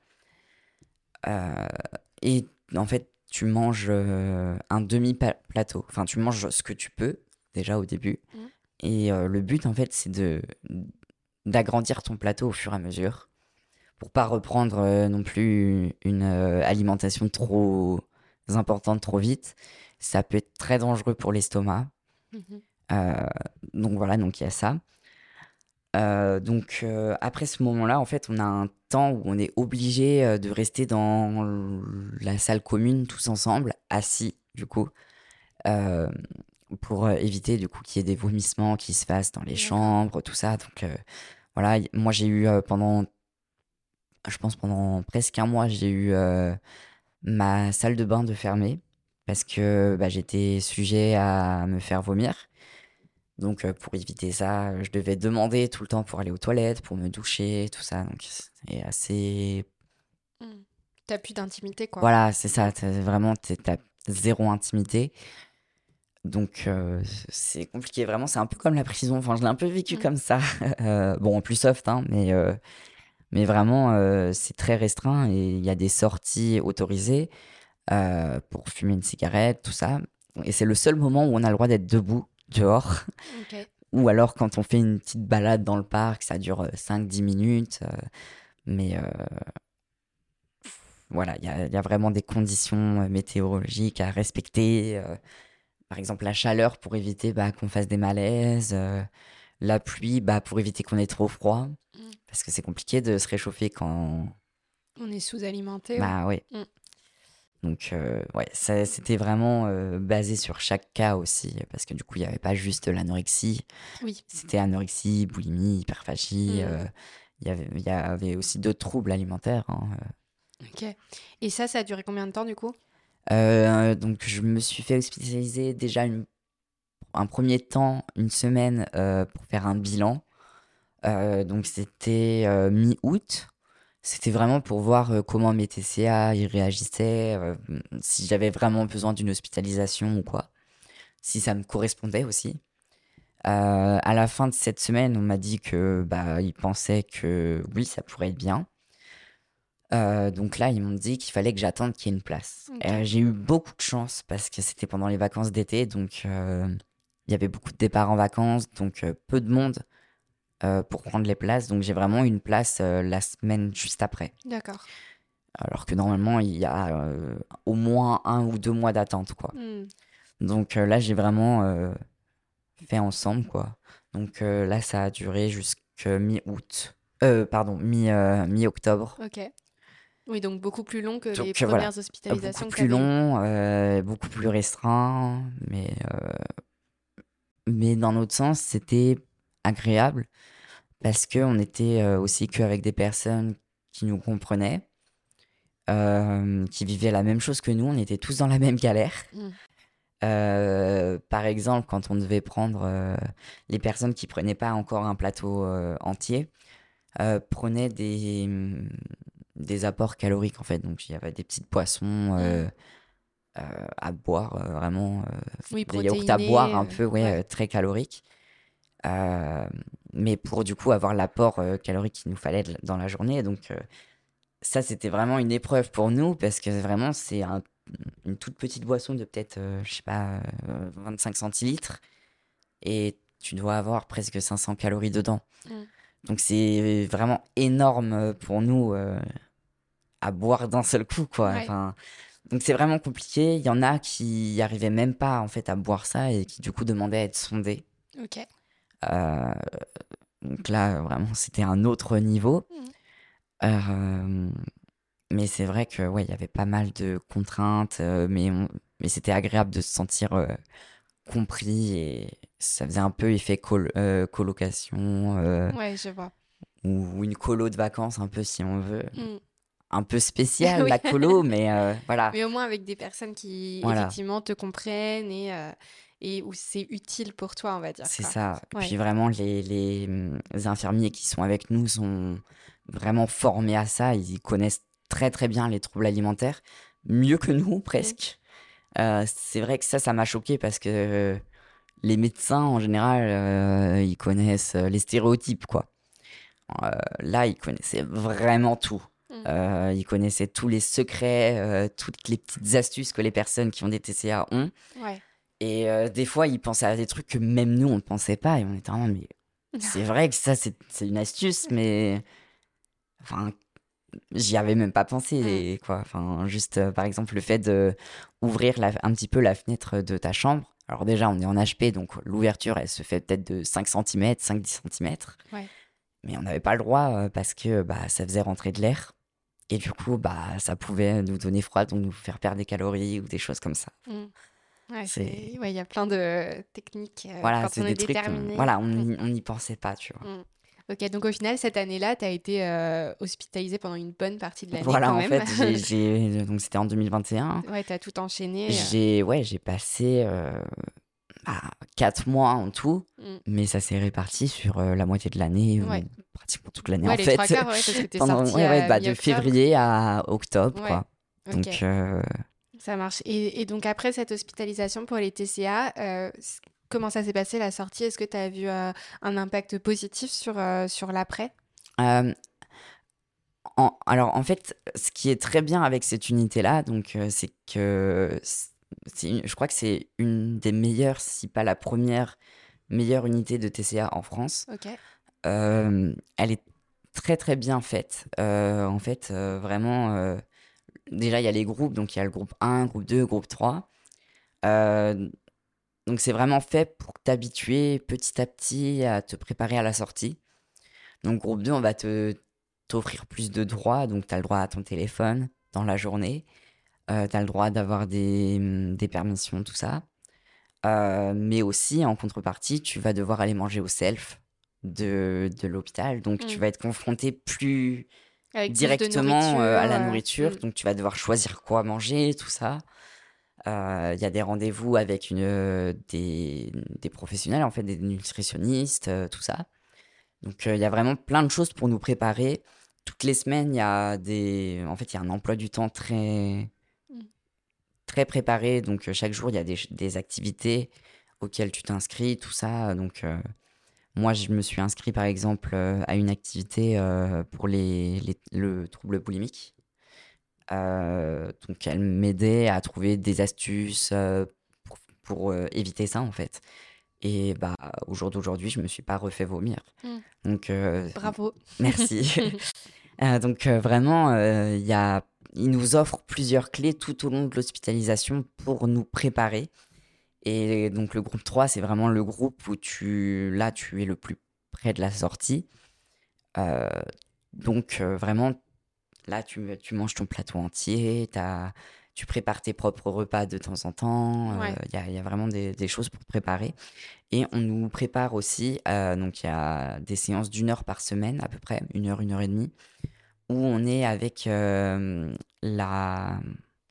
Euh, et en fait, tu manges euh, un demi-plateau. Enfin, tu manges ce que tu peux, déjà au début. Mhm. Et euh, le but, en fait, c'est de d'agrandir ton plateau au fur et à mesure pour pas reprendre euh, non plus une euh, alimentation trop importante trop vite. Ça peut être très dangereux pour l'estomac. Mhm. Euh, donc voilà, donc il y a ça. Euh, donc euh, après ce moment-là, en fait, on a un temps où on est obligé euh, de rester dans l- la salle commune tous ensemble, assis du coup, euh, pour euh, éviter du coup qu'il y ait des vomissements qui se fassent dans les D'accord. chambres, tout ça. Donc euh, voilà, y- moi j'ai eu euh, pendant, je pense pendant presque un mois, j'ai eu euh, ma salle de bain de fermée parce que bah, j'étais sujet à me faire vomir. Donc, euh, pour éviter ça, euh, je devais demander tout le temps pour aller aux toilettes, pour me doucher, tout ça. Donc, c'est assez. Hmm. T'as plus d'intimité, quoi. Voilà, c'est Hmm. ça. T'as vraiment, t'es- t'as zéro intimité. Donc, euh, c'est compliqué. Vraiment, c'est un peu comme la prison. Enfin, je l'ai un peu vécu Hmm. comme ça. Euh, bon, en plus soft, hein, mais, euh, mais vraiment, euh, c'est très restreint et il y a des sorties autorisées euh, pour fumer une cigarette, tout ça. Et c'est le seul moment où on a le droit d'être debout, dehors. Ok. Ou alors quand on fait une petite balade dans le parc, ça dure cinq dix minutes. euh, mais euh, voilà, il y a, il y a vraiment des conditions euh, météorologiques à respecter. euh, par exemple, la chaleur pour éviter bah, qu'on fasse des malaises. euh, La pluie, bah, pour éviter qu'on ait trop froid, Mm. parce que c'est compliqué de se réchauffer quand... On est sous-alimenté, ouais. Bah ouais. Mm. Donc, euh, ouais, ça, c'était vraiment euh, basé sur chaque cas aussi, parce que du coup, il n'y avait pas juste l'anorexie, Oui. c'était anorexie, boulimie, hyperphagie, Mm. euh, il y avait, il y avait aussi d'autres troubles alimentaires, hein. Ok. Et ça, ça a duré combien de temps du coup? Euh, donc, je me suis fait hospitaliser déjà une- un premier temps, une semaine, euh, pour faire un bilan. Euh, donc, c'était euh, mi-août. C'était vraiment pour voir euh, comment mes T C A y réagissaient, euh, si j'avais vraiment besoin d'une hospitalisation ou quoi, si ça me correspondait aussi. Euh, à la fin de cette semaine, on m'a dit que bah ils pensaient que oui, ça pourrait être bien. Euh, donc là, ils m'ont dit qu'il fallait que j'attende qu'il y ait une place. Ok. Euh, j'ai eu beaucoup de chance parce que c'était pendant les vacances d'été, donc euh, il y avait beaucoup de départs en vacances, donc euh, peu de monde euh, pour prendre les places. Donc j'ai vraiment eu une place euh, la semaine juste après. D'accord. Alors que normalement, il y a euh, au moins un ou deux mois d'attente, quoi. Mm. Donc euh, là, j'ai vraiment euh, fait ensemble, quoi. Donc euh, là, ça a duré jusqu'à mi-août. Euh, pardon, mi, euh, mi-octobre. Ok. Oui, donc beaucoup plus long que les Donc euh, voilà, premières Euh, beaucoup hospitalisations que tu plus avais eues. long, euh, beaucoup plus restreint, mais, euh, mais d'un autre sens, c'était agréable parce qu'on était euh, aussi qu'avec des personnes qui nous comprenaient, euh, qui vivaient la même chose que nous, on était tous dans la même galère. Mm. Euh, par exemple, quand on devait prendre euh, les personnes qui prenaient pas encore un plateau euh, entier, euh, prenaient des, hum, des apports caloriques en fait. Donc il y avait des petites boissons euh, Mm. euh, à boire, euh, vraiment euh, Oui, des yaourts à boire protéiné. un euh, peu, ouais, Ouais. euh, très caloriques. Euh, mais pour du coup avoir l'apport euh, calorique qu'il nous fallait de- dans la journée. Donc euh, ça, c'était vraiment une épreuve pour nous parce que vraiment, c'est un- une toute petite boisson de peut-être, euh, je sais pas, euh, vingt-cinq centilitres et tu dois avoir presque cinq cents calories dedans. Mm. Donc c'est vraiment énorme euh, pour nous euh, à boire d'un seul coup, quoi. Ouais. Enfin, donc c'est vraiment compliqué. Il y en a qui y arrivaient même pas en fait à boire ça et qui du coup demandaient à être sondés. Ok. Euh, donc là, vraiment, c'était un autre niveau. Mm. Euh, Mais c'est vrai que ouais, il y avait pas mal de contraintes, euh, mais, on- mais c'était agréable de se sentir euh, compris et ça faisait un peu effet col- euh, colocation euh, Ouais, je vois. ou, ou une colo de vacances un peu si on veut. Mm. Un peu spécial Oui. la colo, mais euh, voilà, Mais au moins avec des personnes qui voilà, effectivement te comprennent et, euh, et où c'est utile pour toi, on va dire, c'est quoi. ça. Et Ouais. puis vraiment les, les, hum, infirmiers qui sont avec nous sont vraiment formés à ça, ils connaissent très très bien les troubles alimentaires, mieux que nous Mm. presque. Euh, c'est vrai que ça, ça m'a choqué parce que les médecins, en général, euh, ils connaissent euh, les stéréotypes, quoi. Euh, là, ils connaissaient vraiment tout. Mm. Euh, ils connaissaient tous les secrets, euh, toutes les petites astuces que les personnes qui ont des T C A ont. Ouais. Et euh, des fois, ils pensaient à des trucs que même nous, on ne pensait pas. Et on était vraiment, mais c'est vrai que ça, c'est c'est une astuce, mais enfin, j'y avais même pas pensé, Mm. et quoi. Enfin, juste, euh, par exemple, le fait de ouvrir la- un petit peu la fenêtre de ta chambre. Alors déjà, on est en H P, donc l'ouverture, elle se fait peut-être de cinq centimètres, cinq dix centimètres. Ouais. Mais on n'avait pas le droit euh, parce que bah, ça faisait rentrer de l'air. Et du coup, bah, ça pouvait nous donner froid, donc nous faire perdre des calories ou des choses comme ça. Mm. Ouais, C'est, c'est... ouais, il y a plein de techniques euh, voilà, quand c'est on est des trucs, on, déterminé. voilà, on Mm. n'y on n'y pensait pas, tu vois. Mm. Ok, donc au final, cette année-là, tu as été euh, hospitalisée pendant une bonne partie de l'année Voilà, quand en même. fait, j'ai, j'ai, donc c'était en deux mille vingt et un. Ouais, tu as tout enchaîné. euh. J'ai, ouais, j'ai passé euh, bah, quatre mois en tout, Mm. mais ça s'est réparti sur euh, la moitié de l'année, Ouais. ou pratiquement toute l'année Ouais, en les trois fait. quarts, ouais, parce que tu es Pendant, sortie ouais, ouais, à bah, de mi-octobre. février à octobre, Ouais, quoi. Donc, ok, euh, ça marche. Et, et donc après cette hospitalisation pour les T C A, euh, c- comment ça s'est passé la sortie? Est-ce que tu as vu euh, un impact positif sur, euh, sur l'après? euh, en- alors, en fait, ce qui est très bien avec cette unité-là, donc, euh, c'est que c'est une- je crois que c'est une des meilleures, si pas la première meilleure unité de T C A en France. Ok, Euh, elle est très très bien faite. Euh, en fait, euh, vraiment, euh, déjà il y a les groupes, donc il y a le groupe un, groupe deux, groupe trois. Euh, Donc c'est vraiment fait pour t'habituer petit à petit à te préparer à la sortie. Donc groupe deux, on va te t'offrir plus de droits. Donc tu as le droit à ton téléphone dans la journée. Euh, tu as le droit d'avoir des, mmh, des permissions, tout ça. Euh, mais aussi, en contrepartie, tu vas devoir aller manger au self de, de l'hôpital. Donc tu Mm. vas être confronté plus Avec plus de directement nourriture. euh, à la euh, nourriture. mm. Donc tu vas devoir choisir quoi manger, tout ça. Euh, Il y a des rendez-vous avec une, euh, des, des professionnels, en fait, des nutritionnistes, euh, tout ça. Donc euh, il y a vraiment plein de choses pour nous préparer. Toutes les semaines, il y a des... En fait, il y a un emploi du temps très, Mm. très préparé. Donc euh, chaque jour, il y a des, des activités auxquelles tu t'inscris, tout ça. Donc euh, moi, je me suis inscrit, par exemple, euh, à une activité euh, pour les, les- le trouble boulimique. Euh, donc elle m'aidait à trouver des astuces euh, pour, pour, euh, éviter ça, en fait. Et bah, au jour d'aujourd'hui, je me suis pas refait vomir. Mm. Donc, euh, Bravo. merci. Euh, donc, euh, vraiment, euh, il y a, il nous offre plusieurs clés tout au long de l'hospitalisation pour nous préparer. Et donc, le groupe trois, c'est vraiment le groupe où tu, là, tu es le plus près de la sortie. Euh, donc, euh, vraiment, là, tu, tu manges ton plateau entier, t'as, tu prépares tes propres repas de temps en temps. euh, Ouais. Il y a, il y a vraiment des, des choses pour te préparer. Et on nous prépare aussi, euh, donc il y a des séances d'une heure par semaine, à peu près, une heure, une heure et demie, où on est avec euh, la,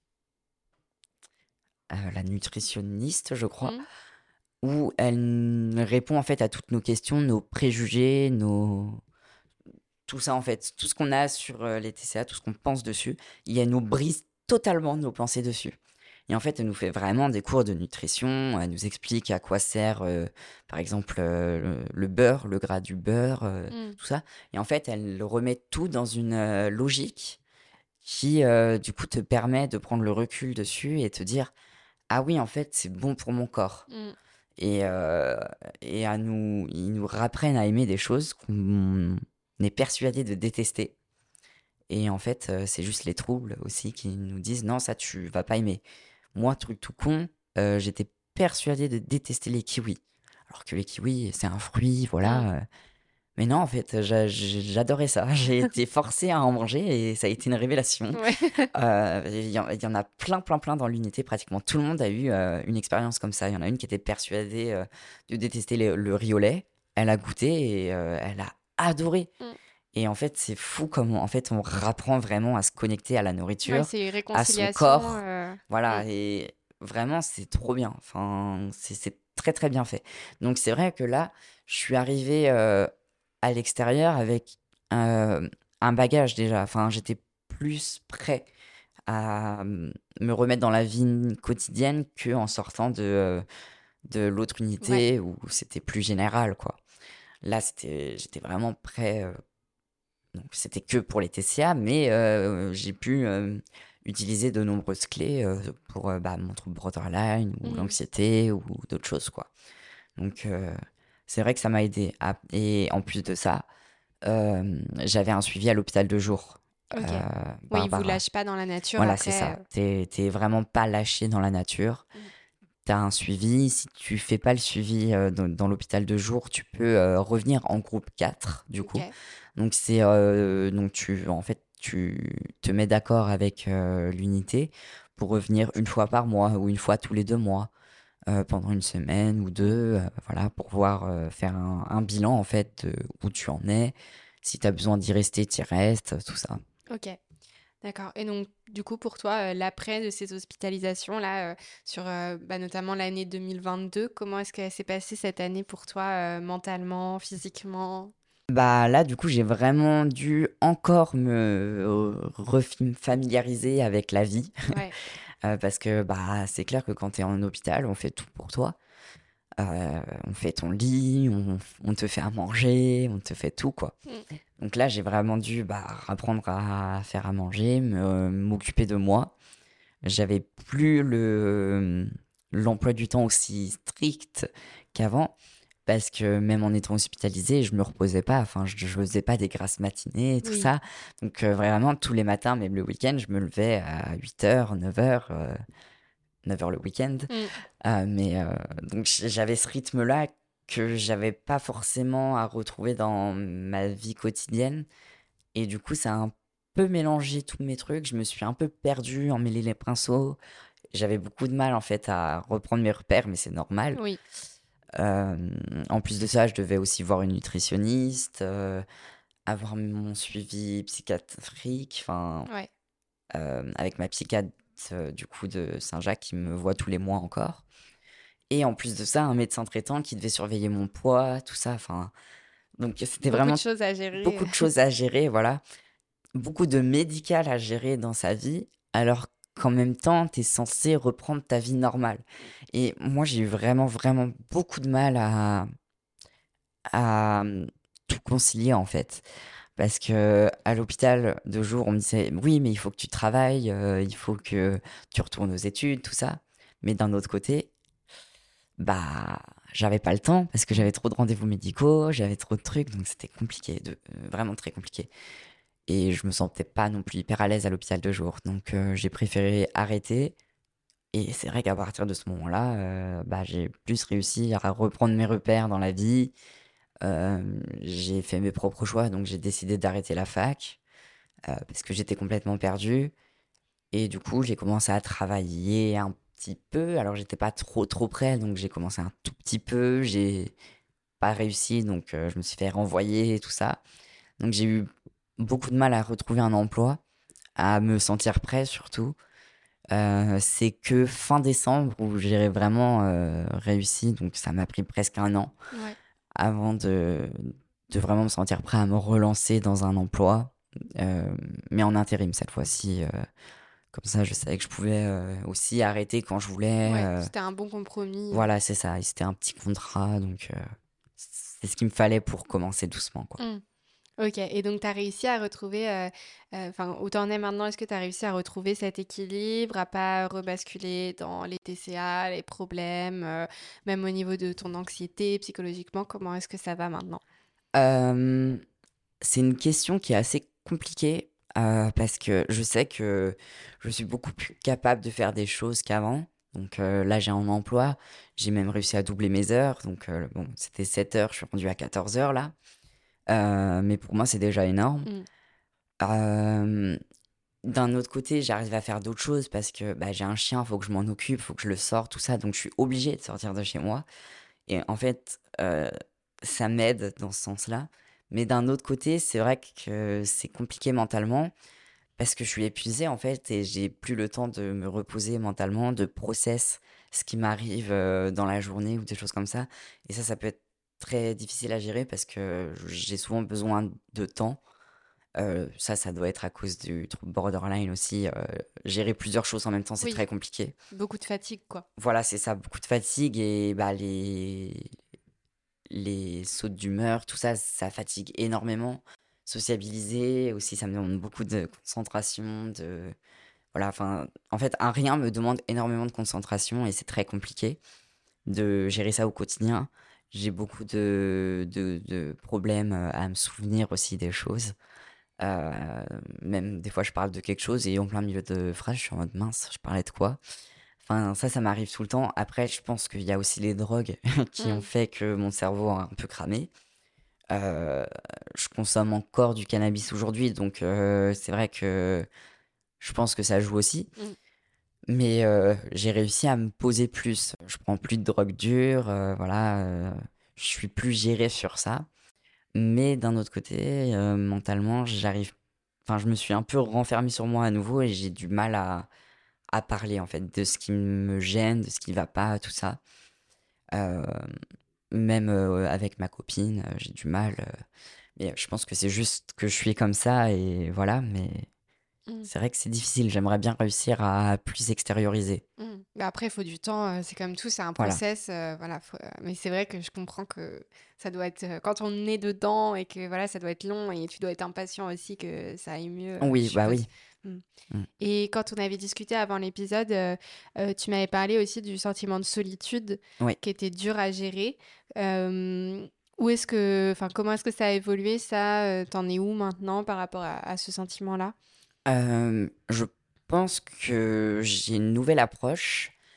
euh, la nutritionniste, je crois, Mm. où elle répond en fait à toutes nos questions, nos préjugés, nos... tout ça en fait, tout ce qu'on a sur euh, les T C A, tout ce qu'on pense dessus, et elle nous brise totalement nos pensées dessus. Et en fait, elle nous fait vraiment des cours de nutrition, elle nous explique à quoi sert, euh, par exemple, euh, le, le beurre, le gras du beurre, euh, Mm. tout ça. Et en fait, elle le remet tout dans une euh, logique qui, euh, du coup, te permet de prendre le recul dessus et te dire, ah oui, en fait, c'est bon pour mon corps. Mm. Et, euh, et à nous, ils nous rapprennent à aimer des choses qu'on est persuadé de détester. Et en fait, euh, c'est juste les troubles aussi qui nous disent, non, ça, tu vas pas aimer. Moi, truc tout con, euh, j'étais persuadé de détester les kiwis. Alors que les kiwis, c'est un fruit, Mm. voilà. euh. Mais non, en fait, j'a- j'adorais ça. J'ai été forcé à en manger et ça a été une révélation. Ouais. Euh, Il y, en il y en a plein, plein, plein dans l'unité. Pratiquement tout le monde a eu euh, une expérience comme ça. Il y en a une qui était persuadée euh, de détester le, le riz au lait. Elle a goûté et euh, elle a adoré. Mm. Et en fait, c'est fou comme en fait on rapprend vraiment à se connecter à la Ouais, nourriture, c'est une à son réconciliation. corps. euh, mm. Voilà, et vraiment, c'est trop bien. Enfin, c'est c'est très très bien fait. Donc c'est vrai que là, je suis arrivé euh, à l'extérieur avec euh, un bagage déjà. Enfin, j'étais plus prêt à euh, me remettre dans la vie quotidienne qu'en sortant de, euh, de l'autre Ouais. unité où c'était plus général, quoi. Là, c'était, j'étais vraiment prêt. euh, donc, c'était que pour les T C A, mais euh, j'ai pu euh, utiliser de nombreuses clés euh, pour euh, bah, mon trouble borderline ou Mm. l'anxiété ou d'autres choses, quoi. Donc, euh, c'est vrai que ça m'a aidé. À- Et en plus de ça, euh, j'avais un suivi à l'hôpital de jour. Ok. Euh, Oui, ils vous Barbara. lâchent pas dans la nature Voilà, c'est après. ça. T'es, t'es vraiment pas lâché dans la nature. euh. Mm. T'as un suivi. Si tu fais pas le suivi euh, dans, dans l'hôpital de jour, tu peux euh, revenir en groupe quatre, du coup. Ok. Donc, c'est, euh, donc tu, en fait, tu te mets d'accord avec euh, l'unité pour revenir une fois par mois ou une fois tous les deux mois euh, pendant une semaine ou deux, euh, voilà, pour voir euh, faire un, un bilan, en fait, de où tu en es. Si tu as besoin d'y rester, tu y restes, tout ça. Ok. D'accord. Et donc, du coup, pour toi, euh, l'après de ces hospitalisations-là, euh, sur euh, bah, notamment l'année deux mille vingt-deux, comment est-ce qu'elle s'est passée cette année pour toi, euh, mentalement, physiquement? Bah là, du coup, j'ai vraiment dû encore me euh, refamiliariser avec la vie. Ouais. Euh, parce que bah, c'est clair que quand tu es en hôpital, on fait tout pour toi. Euh, on fait ton lit, on, on te fait à manger, on te fait tout, quoi. Mm. Donc là, j'ai vraiment dû bah, apprendre à faire à manger, me- m'occuper de moi. J'avais plus le l'emploi du temps aussi strict qu'avant parce que même en étant hospitalisé, je me reposais pas. Enfin, je, je faisais pas des grasses matinées et tout Oui. ça. Donc euh, vraiment tous les matins, même le week-end, je me levais à huit heures, neuf heures. neuf heures le week-end. Mm. Euh, mais euh, donc j- j'avais ce rythme-là que j'avais pas forcément à retrouver dans ma vie quotidienne. Et du coup, ça a un peu mélangé tous mes trucs. Je me suis un peu perdu, emmêlé les pinceaux. J'avais beaucoup de mal en fait à reprendre mes repères, mais c'est normal. Oui, Euh, En plus de ça, je devais aussi voir une nutritionniste, euh, avoir mon suivi psychiatrique, enfin, ouais. euh, avec ma psychiatre euh, du coup de Saint-Jacques qui me voit tous les mois encore. Et en plus de ça, un médecin traitant qui devait surveiller mon poids, tout ça. Enfin, donc c'était Beaucoup de vraiment choses à gérer. beaucoup de choses à gérer, voilà. Beaucoup de médical à gérer dans sa vie, alors qu'en même temps, tu es censé reprendre ta vie normale. Et moi, j'ai eu vraiment, vraiment beaucoup de mal à, à hum, tout concilier, en fait. Parce que à l'hôpital, de jour, on me disait, oui, mais il faut que tu travailles, euh, il faut que tu retournes aux études, tout ça. Mais d'un autre côté, bah, j'avais pas le temps parce que j'avais trop de rendez-vous médicaux, j'avais trop de trucs, donc c'était compliqué, de, euh, vraiment très compliqué. Et je me sentais pas non plus hyper à l'aise à l'hôpital de jour. Donc euh, j'ai préféré arrêter. Et c'est vrai qu'à partir de ce moment-là, euh, bah, j'ai plus réussi à reprendre mes repères dans la vie. Euh, j'ai fait mes propres choix, donc j'ai décidé d'arrêter la fac euh, parce que j'étais complètement perdu. Et du coup, j'ai commencé à travailler un petit peu. Alors j'étais pas trop trop prêt, donc j'ai commencé un tout petit peu. J'ai pas réussi, donc euh, je me suis fait renvoyer et tout ça. Donc j'ai eu beaucoup de mal à retrouver un emploi, à me sentir prêt surtout. Euh, c'est que fin décembre où j'ai vraiment euh, réussi, donc ça m'a pris presque un an Ouais. avant de, de vraiment me sentir prêt à me relancer dans un emploi, euh, mais en intérim cette fois-ci. Euh, comme ça, je savais que je pouvais euh, aussi arrêter quand je voulais. Ouais, euh, c'était un bon compromis. euh. voilà, c'est ça. Et c'était un petit contrat, donc euh, c'est ce qu'il me fallait pour commencer doucement, quoi. Mm. Ok, et donc tu as réussi à retrouver, euh, euh, enfin, où t'en es maintenant, est-ce que tu as réussi à retrouver cet équilibre, à pas rebasculer dans les T C A, les problèmes, euh, même au niveau de ton anxiété, psychologiquement, comment est-ce que ça va maintenant? Euh, c'est une question qui est assez compliquée euh, parce que je sais que je suis beaucoup plus capable de faire des choses qu'avant. Donc euh, là, j'ai un emploi, j'ai même réussi à doubler mes heures. Donc euh, bon, c'était sept heures, je suis rendu à quatorze heures là. Euh, mais pour moi, c'est déjà énorme. Mm. Euh, D'un autre côté, j'arrive à faire d'autres choses parce que bah, j'ai un chien, faut que je m'en occupe, faut que je le sorte, tout ça. Donc je suis obligée de sortir de chez moi. Et en fait, euh, ça m'aide dans ce sens-là. Mais d'un autre côté, c'est vrai que c'est compliqué mentalement parce que je suis épuisée en fait et j'ai plus le temps de me reposer mentalement, de process ce qui m'arrive euh, dans la journée ou des choses comme ça. Et ça, ça peut être très difficile à gérer parce que j'ai souvent besoin de temps. Euh, ça, ça doit être à cause du trouble borderline aussi. Euh, gérer plusieurs choses en même temps, c'est Oui, très compliqué. beaucoup de fatigue, quoi. Voilà, c'est ça, beaucoup de fatigue et bah, les, les sautes d'humeur, tout ça, ça fatigue énormément. Sociabiliser aussi, ça me demande beaucoup de concentration, de... Voilà, enfin, en fait, un rien me demande énormément de concentration et c'est très compliqué de gérer ça au quotidien. J'ai beaucoup de, de, de problèmes euh, à me souvenir aussi des choses. Euh, Même des fois, je parle de quelque chose et en plein milieu de phrase, je suis en mode mince, je parlais de quoi? Enfin, ça, ça m'arrive tout le temps. Après, je pense qu'il y a aussi les drogues qui ont Mm. fait que mon cerveau a un peu cramé. Euh, je consomme encore du cannabis aujourd'hui, donc euh, c'est vrai que je pense que ça joue aussi. Mm. Mais euh, j'ai réussi à me poser plus. Je prends plus de drogue dure, euh, voilà. Euh, je suis plus géré sur ça. Mais d'un autre côté, euh, mentalement, j'arrive. Enfin, je me suis un peu renfermé sur moi à nouveau et j'ai du mal à, à parler en fait de ce qui me gêne, de ce qui va pas, tout ça. Euh, Même euh, avec ma copine, euh, j'ai du mal. euh, Mais je pense que c'est juste que je suis comme ça et voilà. Mais Mm. c'est vrai que c'est difficile. J'aimerais bien réussir à plus extérioriser. Mm. Mais après, il faut du temps, euh, c'est comme tout, c'est un Voilà. process, euh, voilà. faut- euh, Mais c'est vrai que je comprends que ça doit être, euh, quand on est dedans et que voilà, ça doit être long et tu dois être impatient aussi que ça aille mieux, euh, je Oui, bah suppose. oui. Mm. Mm. Et quand on avait discuté avant l'épisode, euh, euh, tu m'avais parlé aussi du sentiment de solitude Oui. qui était dur à gérer. Euh, Où est-ce que, enfin, comment est-ce que ça a évolué, ça? euh, T'en es où maintenant par rapport à, à ce sentiment-là? Euh, je pense que j'ai une nouvelle approche.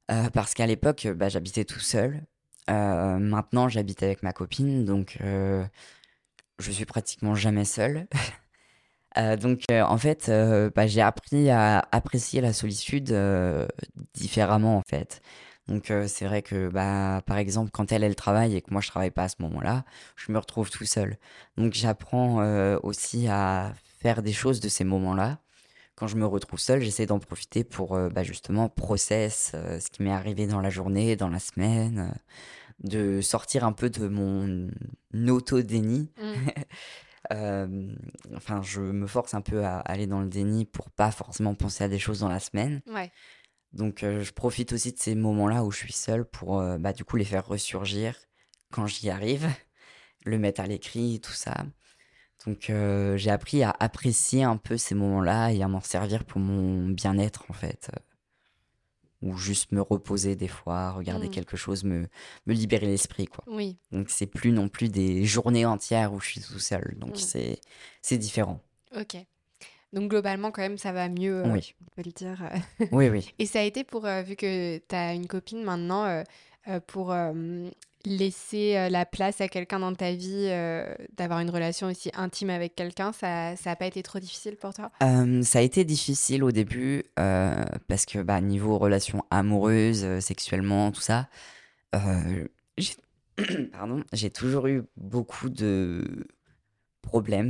Heu, parce qu'à l'époque, bah, j'habitais tout seul. Heu, maintenant, j'habite avec ma copine, donc heu, je suis pratiquement jamais seul. Heu, donc heu, en fait, heu, bah, j'ai appris à apprécier la solitude, heu, différemment, en fait. Donc heu, c'est vrai que, bah, par exemple, quand elle, elle travaille et que moi je travaille pas à ce moment-là, je me retrouve tout seul. Donc j'apprends, heu, aussi à faire des choses de ces moments-là. Quand je me retrouve seul, j'essaie d'en profiter pour, heu, bah, justement process, heu, ce qui m'est arrivé dans la journée, dans la semaine, heu, de sortir un peu de mon auto-déni. Mmh. Hem, enfin, je me force un peu à aller dans le déni pour pas forcément penser à des choses dans la semaine. Ouais. Donc, heu, je profite aussi de ces moments-là où je suis seul pour, heu, bah, du coup, les faire ressurgir quand j'y arrive, le mettre à l'écrit, tout ça. Donc, heu, j'ai appris à apprécier un peu ces moments-là et à m'en servir pour mon bien-être, en fait, heu, ou juste me reposer des fois, regarder Mmh. quelque chose, me me libérer l'esprit, quoi. Oui. Donc c'est plus non plus des journées entières où je suis tout seul, donc Mmh. c'est c'est différent. OK. Donc globalement, quand même, ça va mieux, heu, Oui. on peut le dire, heu Oui, oui. et ça a été pour, heu, vu que tu as une copine maintenant, heu heu, pour, hem, laisser, heu, la place à quelqu'un dans ta vie, heu, d'avoir une relation aussi intime avec quelqu'un, ça ça a pas été trop difficile pour toi? Hem, ça a été difficile au début, heu, parce que, bah, niveau relations amoureuses, heu, sexuellement, tout ça, heu, j'ai pardon, j'ai toujours eu beaucoup de problèmes.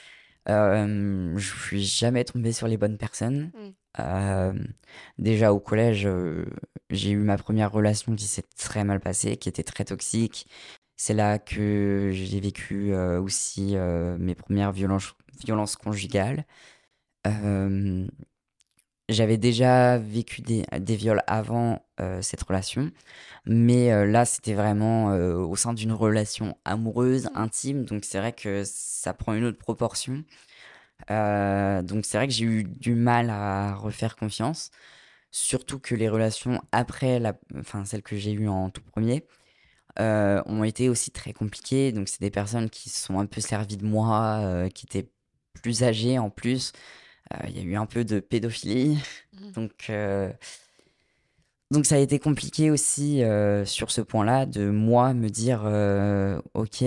Hem, je suis jamais tombé sur les bonnes personnes. Mmh. Hem, Déjà au collège, heu, j'ai eu ma première relation qui s'est très mal passée, qui était très toxique. C'est là que j'ai vécu, heu, aussi, heu, mes premières violences violences conjugales. Hem, J'avais déjà vécu des des viols avant, heu, cette relation, mais heu, là, c'était vraiment, heu, au sein d'une relation amoureuse, Mmh. intime, donc c'est vrai que ça prend une autre proportion. Heu, donc c'est vrai que j'ai eu du mal à refaire confiance, surtout que les relations après la enfin celle que j'ai eue en tout premier er ont été aussi très compliquées. Donc c'est des personnes qui se sont un peu servies de moi, heu, qui étaient plus âgées en plus. Heu, il y a eu un peu de pédophilie, Mmh. donc heu, donc ça a été compliqué aussi, heu, sur ce point-là de moi me dire, heu: «OK,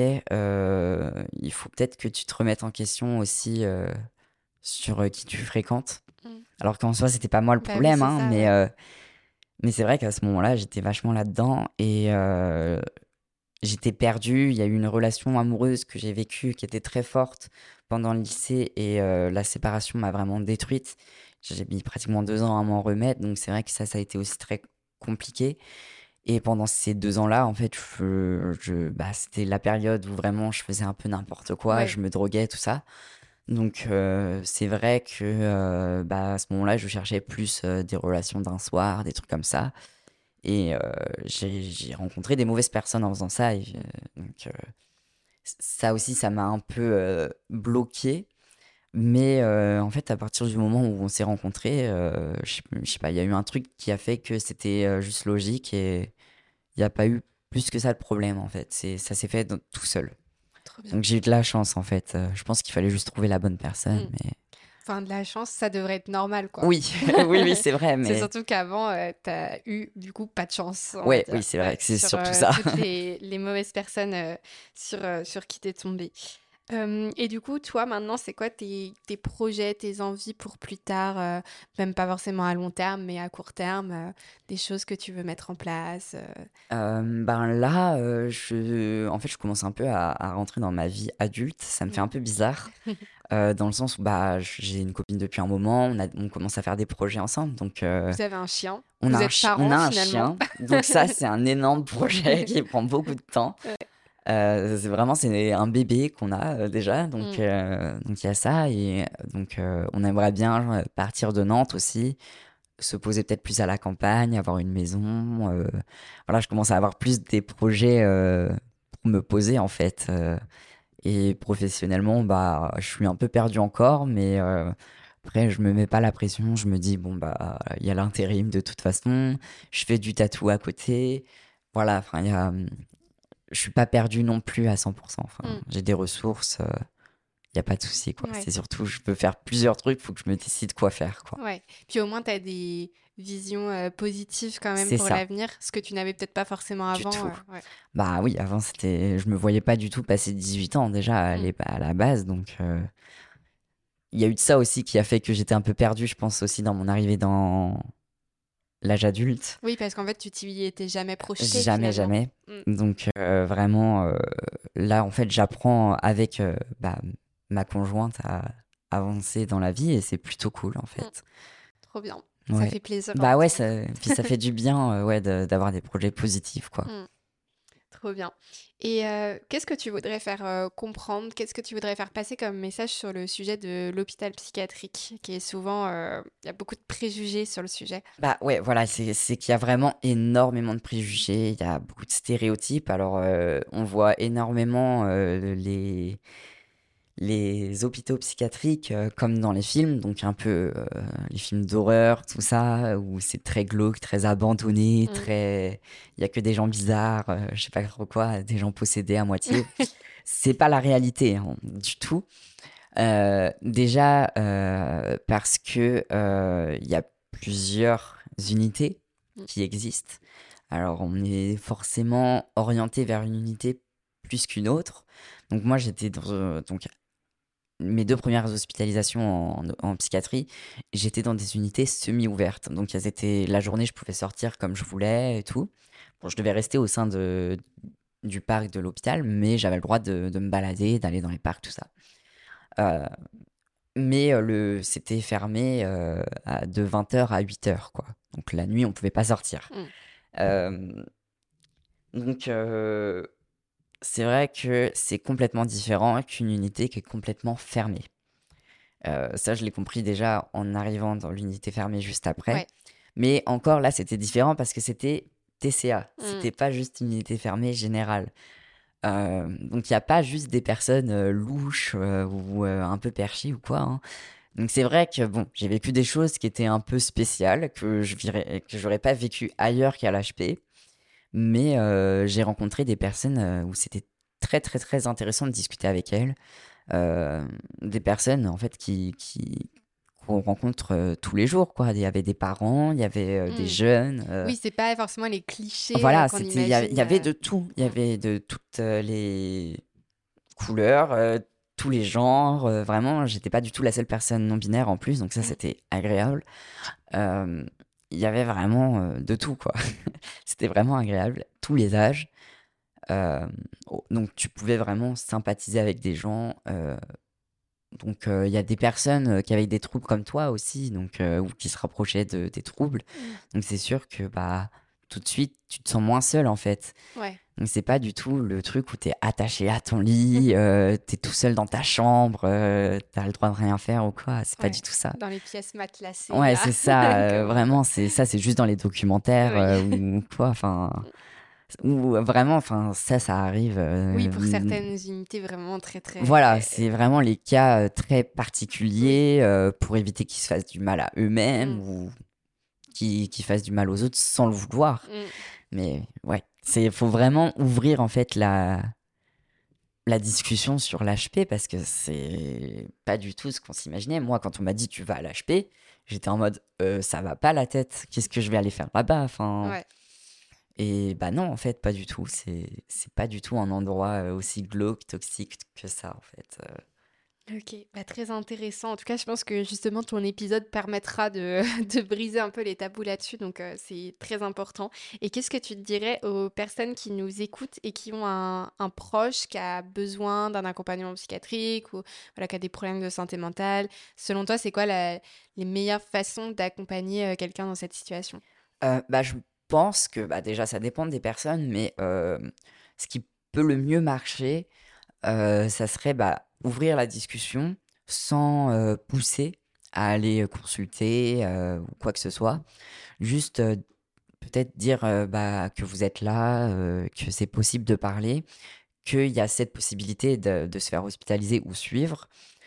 heu, il faut peut-être que tu te remettes en question aussi, heu, sur, heu, qui tu fréquentes». Mmh. Alors qu'en soi, c'était pas moi le Bah oui, problème, c'est hein, ça, mais ouais. heu, mais c'est vrai qu'à ce moment-là, j'étais vachement là-dedans et heu, j'étais perdu. Il y a eu une relation amoureuse que j'ai vécue qui était très forte pendant le lycée et heu, la séparation m'a vraiment détruite. J'ai mis pratiquement deux ans à m'en remettre, donc c'est vrai que ça, ça a été aussi très compliqué et pendant ces deux ans-là, en fait, je je bah, c'était la période où vraiment je faisais un peu n'importe quoi, Ouais. je me droguais, tout ça. Donc heu, c'est vrai que, heu, bah, à ce moment-là, je cherchais plus, heu, des relations d'un soir, des trucs comme ça et heu, j'ai j'ai rencontré des mauvaises personnes en faisant ça et heu, donc heu, ç ça aussi, ça m'a un peu, heu, bloqué. Mais heu, en fait, à partir du moment où on s'est rencontrés, heu, je sais je sais pas, il y a eu un truc qui a fait que c'était, heu, juste logique et il y a pas eu plus que ça de problème, en fait. C'est ça s'est fait dans tout seul. Trop bien. Donc j'ai eu de la chance, en fait, heu, je pense qu'il fallait juste trouver la bonne personne, Mmh. mais Enfin, de la chance, ça devrait être normal, quoi. oui, oui, oui, c'est vrai, C'est mais surtout qu'avant, heu, tu as eu, du coup, pas de chance, on va ouais, dire. oui, c'est vrai Ouais, que c'est sur, surtout heu, ça. toutes les les mauvaises personnes, heu, sur, heu, sur qui tu es tombée. Hem et du coup, toi, maintenant, c'est quoi tes tes projets, tes envies pour plus tard, heu, même pas forcément à long terme, mais à court terme, heu, des choses que tu veux mettre en place, heu? Hem, ben, là, heu, je en fait, je commence un peu à à rentrer dans ma vie adulte. Ça me fait Mmh. un peu bizarre, heu, dans le sens où, bah, j'ai une copine depuis un moment, on a on commence à faire des projets ensemble, donc heu, Vous avez un chien, on a vous un êtes chi on parents, a un finalement. chien, donc ça, c'est un énorme projet qui prend beaucoup de temps. Ouais. Heu, c'est vraiment c'est un bébé qu'on a, heu, déjà, donc Mmh. heu, donc il y a ça et heu, donc heu, on aimerait bien, heu, partir de Nantes aussi, se poser peut-être plus à la campagne, avoir une maison, heu, voilà, je commence à avoir plus des projets, heu, pour me poser, en fait, heu et professionnellement, bah, je suis un peu perdu encore, mais heu, après je me mets pas la pression. Je me dis: «Bon, bah, il y a l'intérim de toute façon, je fais du tatou à côté». Voilà, enfin, il y a, mmh, je suis pas perdu non plus à cent pour cent. Enfin, Mmh. j'ai des ressources, heu, il y a pas de souci, quoi. Ouais. C'est surtout, je peux faire plusieurs trucs, faut que je me décide quoi faire, quoi. Ouais. Puis au moins, tu as des visions euh, positives quand même C'est pour ça, l'avenir, ce que tu n'avais peut-être pas forcément du avant. tout. euh, ouais. Bah oui, avant, c'était, je me voyais pas du tout passer dix-huit ans déjà à, Mm. l'é- à la base, donc euh, il y a eu de ça aussi qui a fait que j'étais un peu perdu, je pense aussi dans mon arrivée dans l'âge adulte. Oui, parce qu'en fait, tu t'y étais jamais projeté Jamais, finalement. jamais. Mm. Donc euh, vraiment, euh, là, en fait, j'apprends avec euh, bah, ma conjointe à avancer dans la vie et c'est plutôt cool, en Mm. fait. Trop bien. Ça Ouais. fait plaisir à Bah ouais, entendre. ça... puis ça fait du bien euh, ouais, de- d'avoir des projets positifs, quoi. Mm. Trop bien. Et euh, qu'est-ce que tu voudrais faire euh, comprendre, qu'est-ce que tu voudrais faire passer comme message sur le sujet de l'hôpital psychiatrique, qui est souvent, euh, il y a beaucoup de préjugés sur le sujet. Bah ouais, voilà, c'est c'est qu'il y a vraiment énormément de préjugés, il y a beaucoup de stéréotypes. Alors, euh, on voit énormément euh, les, les hôpitaux psychiatriques euh, comme dans les films, donc un peu euh, les films d'horreur, tout ça, où c'est très glauque, très abandonné, Mm. très... Il y a que des gens bizarres, euh, je sais pas trop quoi, des gens possédés à moitié. C'est pas la réalité, hein, du tout. Euh, déjà, euh, parce que euh, il y a plusieurs unités Mm. qui existent. Alors, on est forcément orienté vers une unité plus qu'une autre. Donc, moi, j'étais dans euh, donc mes deux premières hospitalisations en, en psychiatrie, j'étais dans des unités semi-ouvertes. Donc, elles étaient la journée, je pouvais sortir comme je voulais et tout. Bon, je devais rester au sein de, du parc de l'hôpital, mais j'avais le droit de, de me balader, d'aller dans les parcs, tout ça. Euh, mais euh, le, c'était fermé euh, à- de vingt heures à huit heures, quoi. Donc la nuit, on pouvait pas sortir. Mm. Euh, donc euh, c'est vrai que c'est complètement différent qu'une unité qui est complètement fermée. Euh, ça, je l'ai compris déjà en arrivant dans l'unité fermée juste après. Ouais. Mais encore là, c'était différent parce que c'était T C A. Mm. C'était pas juste une unité fermée générale. Euh, donc il n'y a pas juste des personnes euh, louches euh, ou euh, un peu perchées ou quoi, hein. Donc c'est vrai que bon, j'ai vécu des choses qui étaient un peu spéciales, que je virais, que j'aurais pas vécu ailleurs qu'à l'H P. Mais euh, j'ai rencontré des personnes euh, où c'était très très très intéressant de discuter avec elles. Euh, des personnes en fait qui, qui qu'on rencontre euh, tous les jours, quoi. Il y avait des parents, il y avait euh, des Mm. jeunes. euh, Oui, c'est pas forcément les clichés euh, voilà, qu'on c'était, il y, avait il imagine. y avait euh. de tout. Il y Mm. avait de toutes euh, les couleurs, euh, tous les genres. Euh, vraiment, j'étais pas du tout la seule personne non binaire en plus, donc ça Mm. c'était agréable. Euh, Il y avait vraiment euh, de tout, quoi. C'était vraiment agréable, tous les âges. Euh, oh, donc tu pouvais vraiment sympathiser avec des gens. euh, donc euh, il y a des personnes euh, qui avaient des troubles comme toi aussi, donc euh, ou qui se rapprochaient de, des troubles. Mm. Donc c'est sûr que bah tout de suite tu te sens moins seul en fait. Ouais. Donc c'est pas du tout le truc où t'es attaché à ton lit, euh, t'es tout seul dans ta chambre, euh, t'as le droit de rien faire ou quoi. C'est pas du Ouais. tout ça. Dans les pièces matelassées, Ouais, là. c'est ça, euh, Comme... vraiment, c'est ça, c'est juste dans les documentaires Oui. euh, ou quoi, enfin, ou euh, vraiment, enfin, ça, ça arrive. Oui, pour euh, certaines unités vraiment très, voilà, très... c'est vraiment les cas euh, très Oui. particuliers euh, pour éviter qu'ils se fassent du mal à eux-mêmes Mm. ou qu'ils qu'ils fassent du mal aux autres sans le vouloir. Mm. Mais ouais, c'est, faut vraiment ouvrir en fait la, la discussion sur l'H P parce que c'est pas du tout ce qu'on s'imaginait. Moi, quand on m'a dit tu vas à l'H P, j'étais en mode euh, ça va pas la tête. Qu'est-ce que je vais aller faire là-bas? Enfin, Ouais. et bah non, en fait, pas du tout. C'est c'est pas du tout un endroit euh, aussi glauque, toxique que ça, en fait. Euh, Ok, bah, très intéressant. En tout cas, je pense que justement ton épisode permettra de, de briser un peu les tabous là-dessus, donc euh, c'est très important. Et qu'est-ce que tu te dirais aux personnes qui nous écoutent et qui ont un, un proche qui a besoin d'un accompagnement psychiatrique ou voilà, qui a des problèmes de santé mentale? Selon toi, c'est quoi la- les meilleures façons d'accompagner euh, quelqu'un dans cette situation? euh, bah, je pense que bah, déjà, ça dépend des personnes, mais euh, ce qui peut le mieux marcher, euh, ça serait bah, ouvrir la discussion sans euh, pousser à aller consulter euh, ou quoi que ce soit. Juste euh, peut-être dire euh, bah, que vous êtes là, euh, que c'est possible de parler, qu'il y a cette possibilité de, de se faire hospitaliser ou suivre,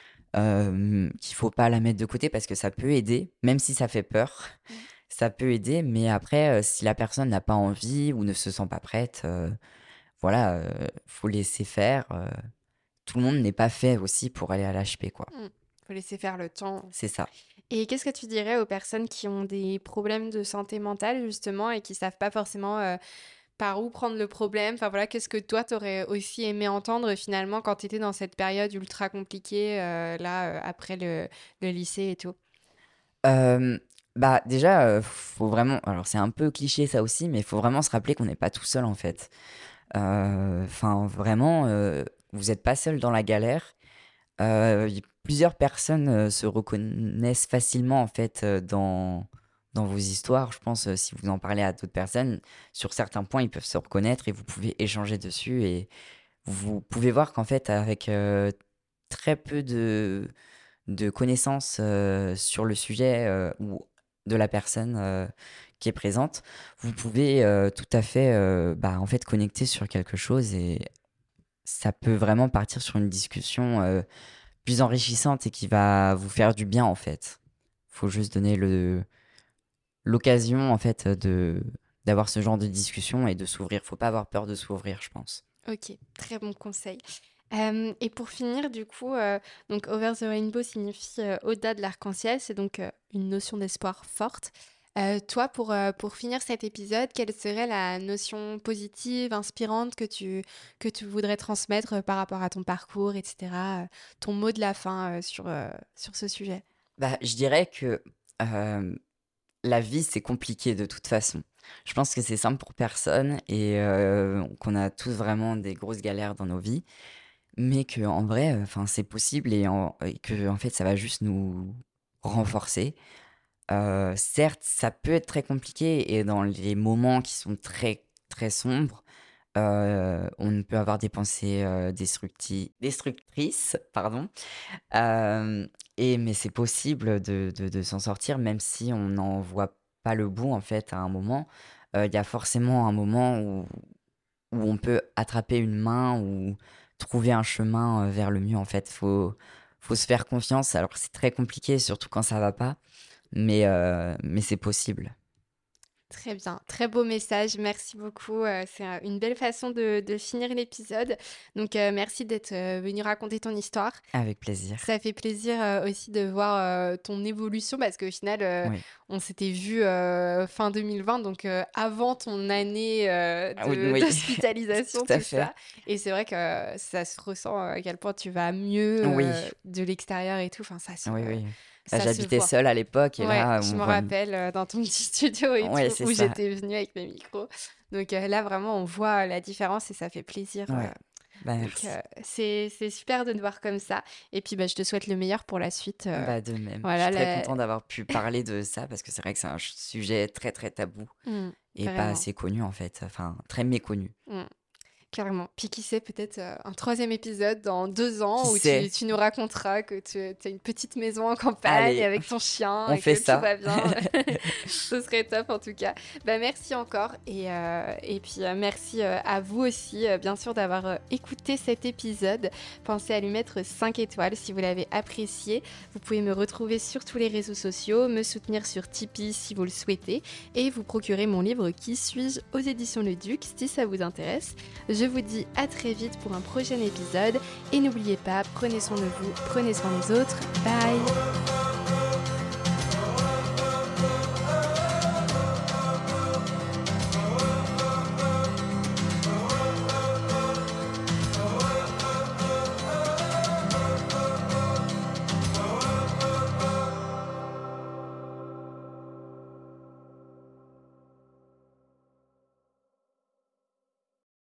euh, qu'il faut pas la mettre de côté parce que ça peut aider, même si ça fait peur, Mm. ça peut aider, mais après, euh, si la personne n'a pas envie ou ne se sent pas prête, euh, voilà, euh, faut laisser faire. euh, tout le monde n'est pas fait aussi pour aller à l'H P, quoi. Mmh. Faut laisser faire le temps. C'est ça. Et qu'est-ce que tu dirais aux personnes qui ont des problèmes de santé mentale, justement, et qui savent pas forcément euh, par où prendre le problème? Enfin voilà, qu'est-ce que toi, t'aurais aussi aimé entendre finalement quand tu étais dans cette période ultra compliquée, euh, là, euh, après le, le lycée et tout? Euh, Bah déjà, euh, faut vraiment. Alors c'est un peu cliché ça aussi, mais il faut vraiment se rappeler qu'on n'est pas tout seul en fait. Euh, Enfin vraiment, euh, vous n'êtes pas seul dans la galère. Euh, y- plusieurs personnes euh, se reconnaissent facilement en fait euh, dans dans vos histoires. Je pense euh, si vous en parlez à d'autres personnes, sur certains points ils peuvent se reconnaître et vous pouvez échanger dessus et vous pouvez voir qu'en fait avec euh, très peu de de connaissances euh, sur le sujet euh, ou de la personne euh, qui est présente, vous pouvez euh, tout à fait euh, bah, en fait connecter sur quelque chose et ça peut vraiment partir sur une discussion euh, plus enrichissante et qui va vous faire du bien en fait. Faut juste donner le l'occasion en fait de d'avoir ce genre de discussion et de s'ouvrir. Faut pas avoir peur de s'ouvrir, je pense. Ok, très bon conseil. Euh, et pour finir, du coup, euh, donc Over the Rainbow signifie euh, au-delà de l'arc-en-ciel, c'est donc euh, une notion d'espoir forte. Euh, toi, pour, euh, pour finir cet épisode, quelle serait la notion positive, inspirante que tu, que tu voudrais transmettre euh, par rapport à ton parcours, et cetera euh, Ton mot de la fin euh, sur, euh, sur ce sujet? Bah, je dirais que euh, la vie, c'est compliqué de toute façon. Je pense que c'est simple pour personne et euh, qu'on a tous vraiment des grosses galères dans nos vies, mais que en vrai, enfin, c'est possible et, en- et que en fait, ça va juste nous renforcer. Euh, certes, ça peut être très compliqué et dans les moments qui sont très très sombres, euh, on peut avoir des pensées euh, destructi- destructrices, pardon. Euh, et mais c'est possible de, de, de s'en sortir, même si on n'en voit pas le bout en fait à un moment. Euh, Il y a forcément un moment où, où on peut attraper une main ou trouver un chemin euh, vers le mieux en fait. Faut, faut se faire confiance. Alors c'est très compliqué, surtout quand ça va pas, mais, euh, mais c'est possible. Très bien, très beau message, merci beaucoup. euh, c'est euh, une belle façon de, de finir l'épisode. Donc, euh, merci d'être euh, venu raconter ton histoire. Avec plaisir. Ça fait plaisir euh, aussi de voir euh, ton évolution parce qu'au final, euh, Oui. on s'était vu euh, fin deux mille vingt, donc euh, avant ton année euh, Ah oui, de- oui. d'hospitalisation, Tout à tout fait. ça. Et c'est vrai que euh, ça se ressent euh, à quel point tu vas mieux Oui, euh, de l'extérieur et tout. Enfin, ça se, oui, oui. Bah, ça se j'habitais voit. seule à l'époque et Ouais, là, je on me voit. rappelle euh, dans ton petit studio et Ouais, tout, c'est où ça. j'étais venue avec mes micros. Donc euh, là, vraiment, on voit la différence et ça fait plaisir. euh, Ouais. Bah, donc, merci. euh, c'est, c'est super de te voir comme ça. Et puis, bah, je te souhaite le meilleur pour la suite. euh, Bah, de même. Je suis voilà, très la- content d'avoir pu parler de ça parce que c'est vrai que c'est un ch- sujet très très tabou Mm, et pas vraiment. assez connu en fait. Enfin, très méconnu. Mm. Carrément. Puis qui sait, peut-être euh, un troisième épisode dans deux Qui ans où tu, sait? tu nous raconteras que tu as une petite maison en campagne Allez, avec ton chien on et fait que tout ça. va bien. Ce serait top en tout cas. Bah, merci encore et, euh, et puis euh, merci euh, à vous aussi, euh, bien sûr, d'avoir euh, écouté cet épisode. Pensez à lui mettre cinq étoiles si vous l'avez apprécié. Vous pouvez me retrouver sur tous les réseaux sociaux, me soutenir sur Tipeee si vous le souhaitez et vous procurer mon livre Qui suis-je aux éditions Le Duc si ça vous intéresse. Je vous dis à très vite pour un prochain épisode et n'oubliez pas, prenez soin de vous, prenez soin des autres. Bye!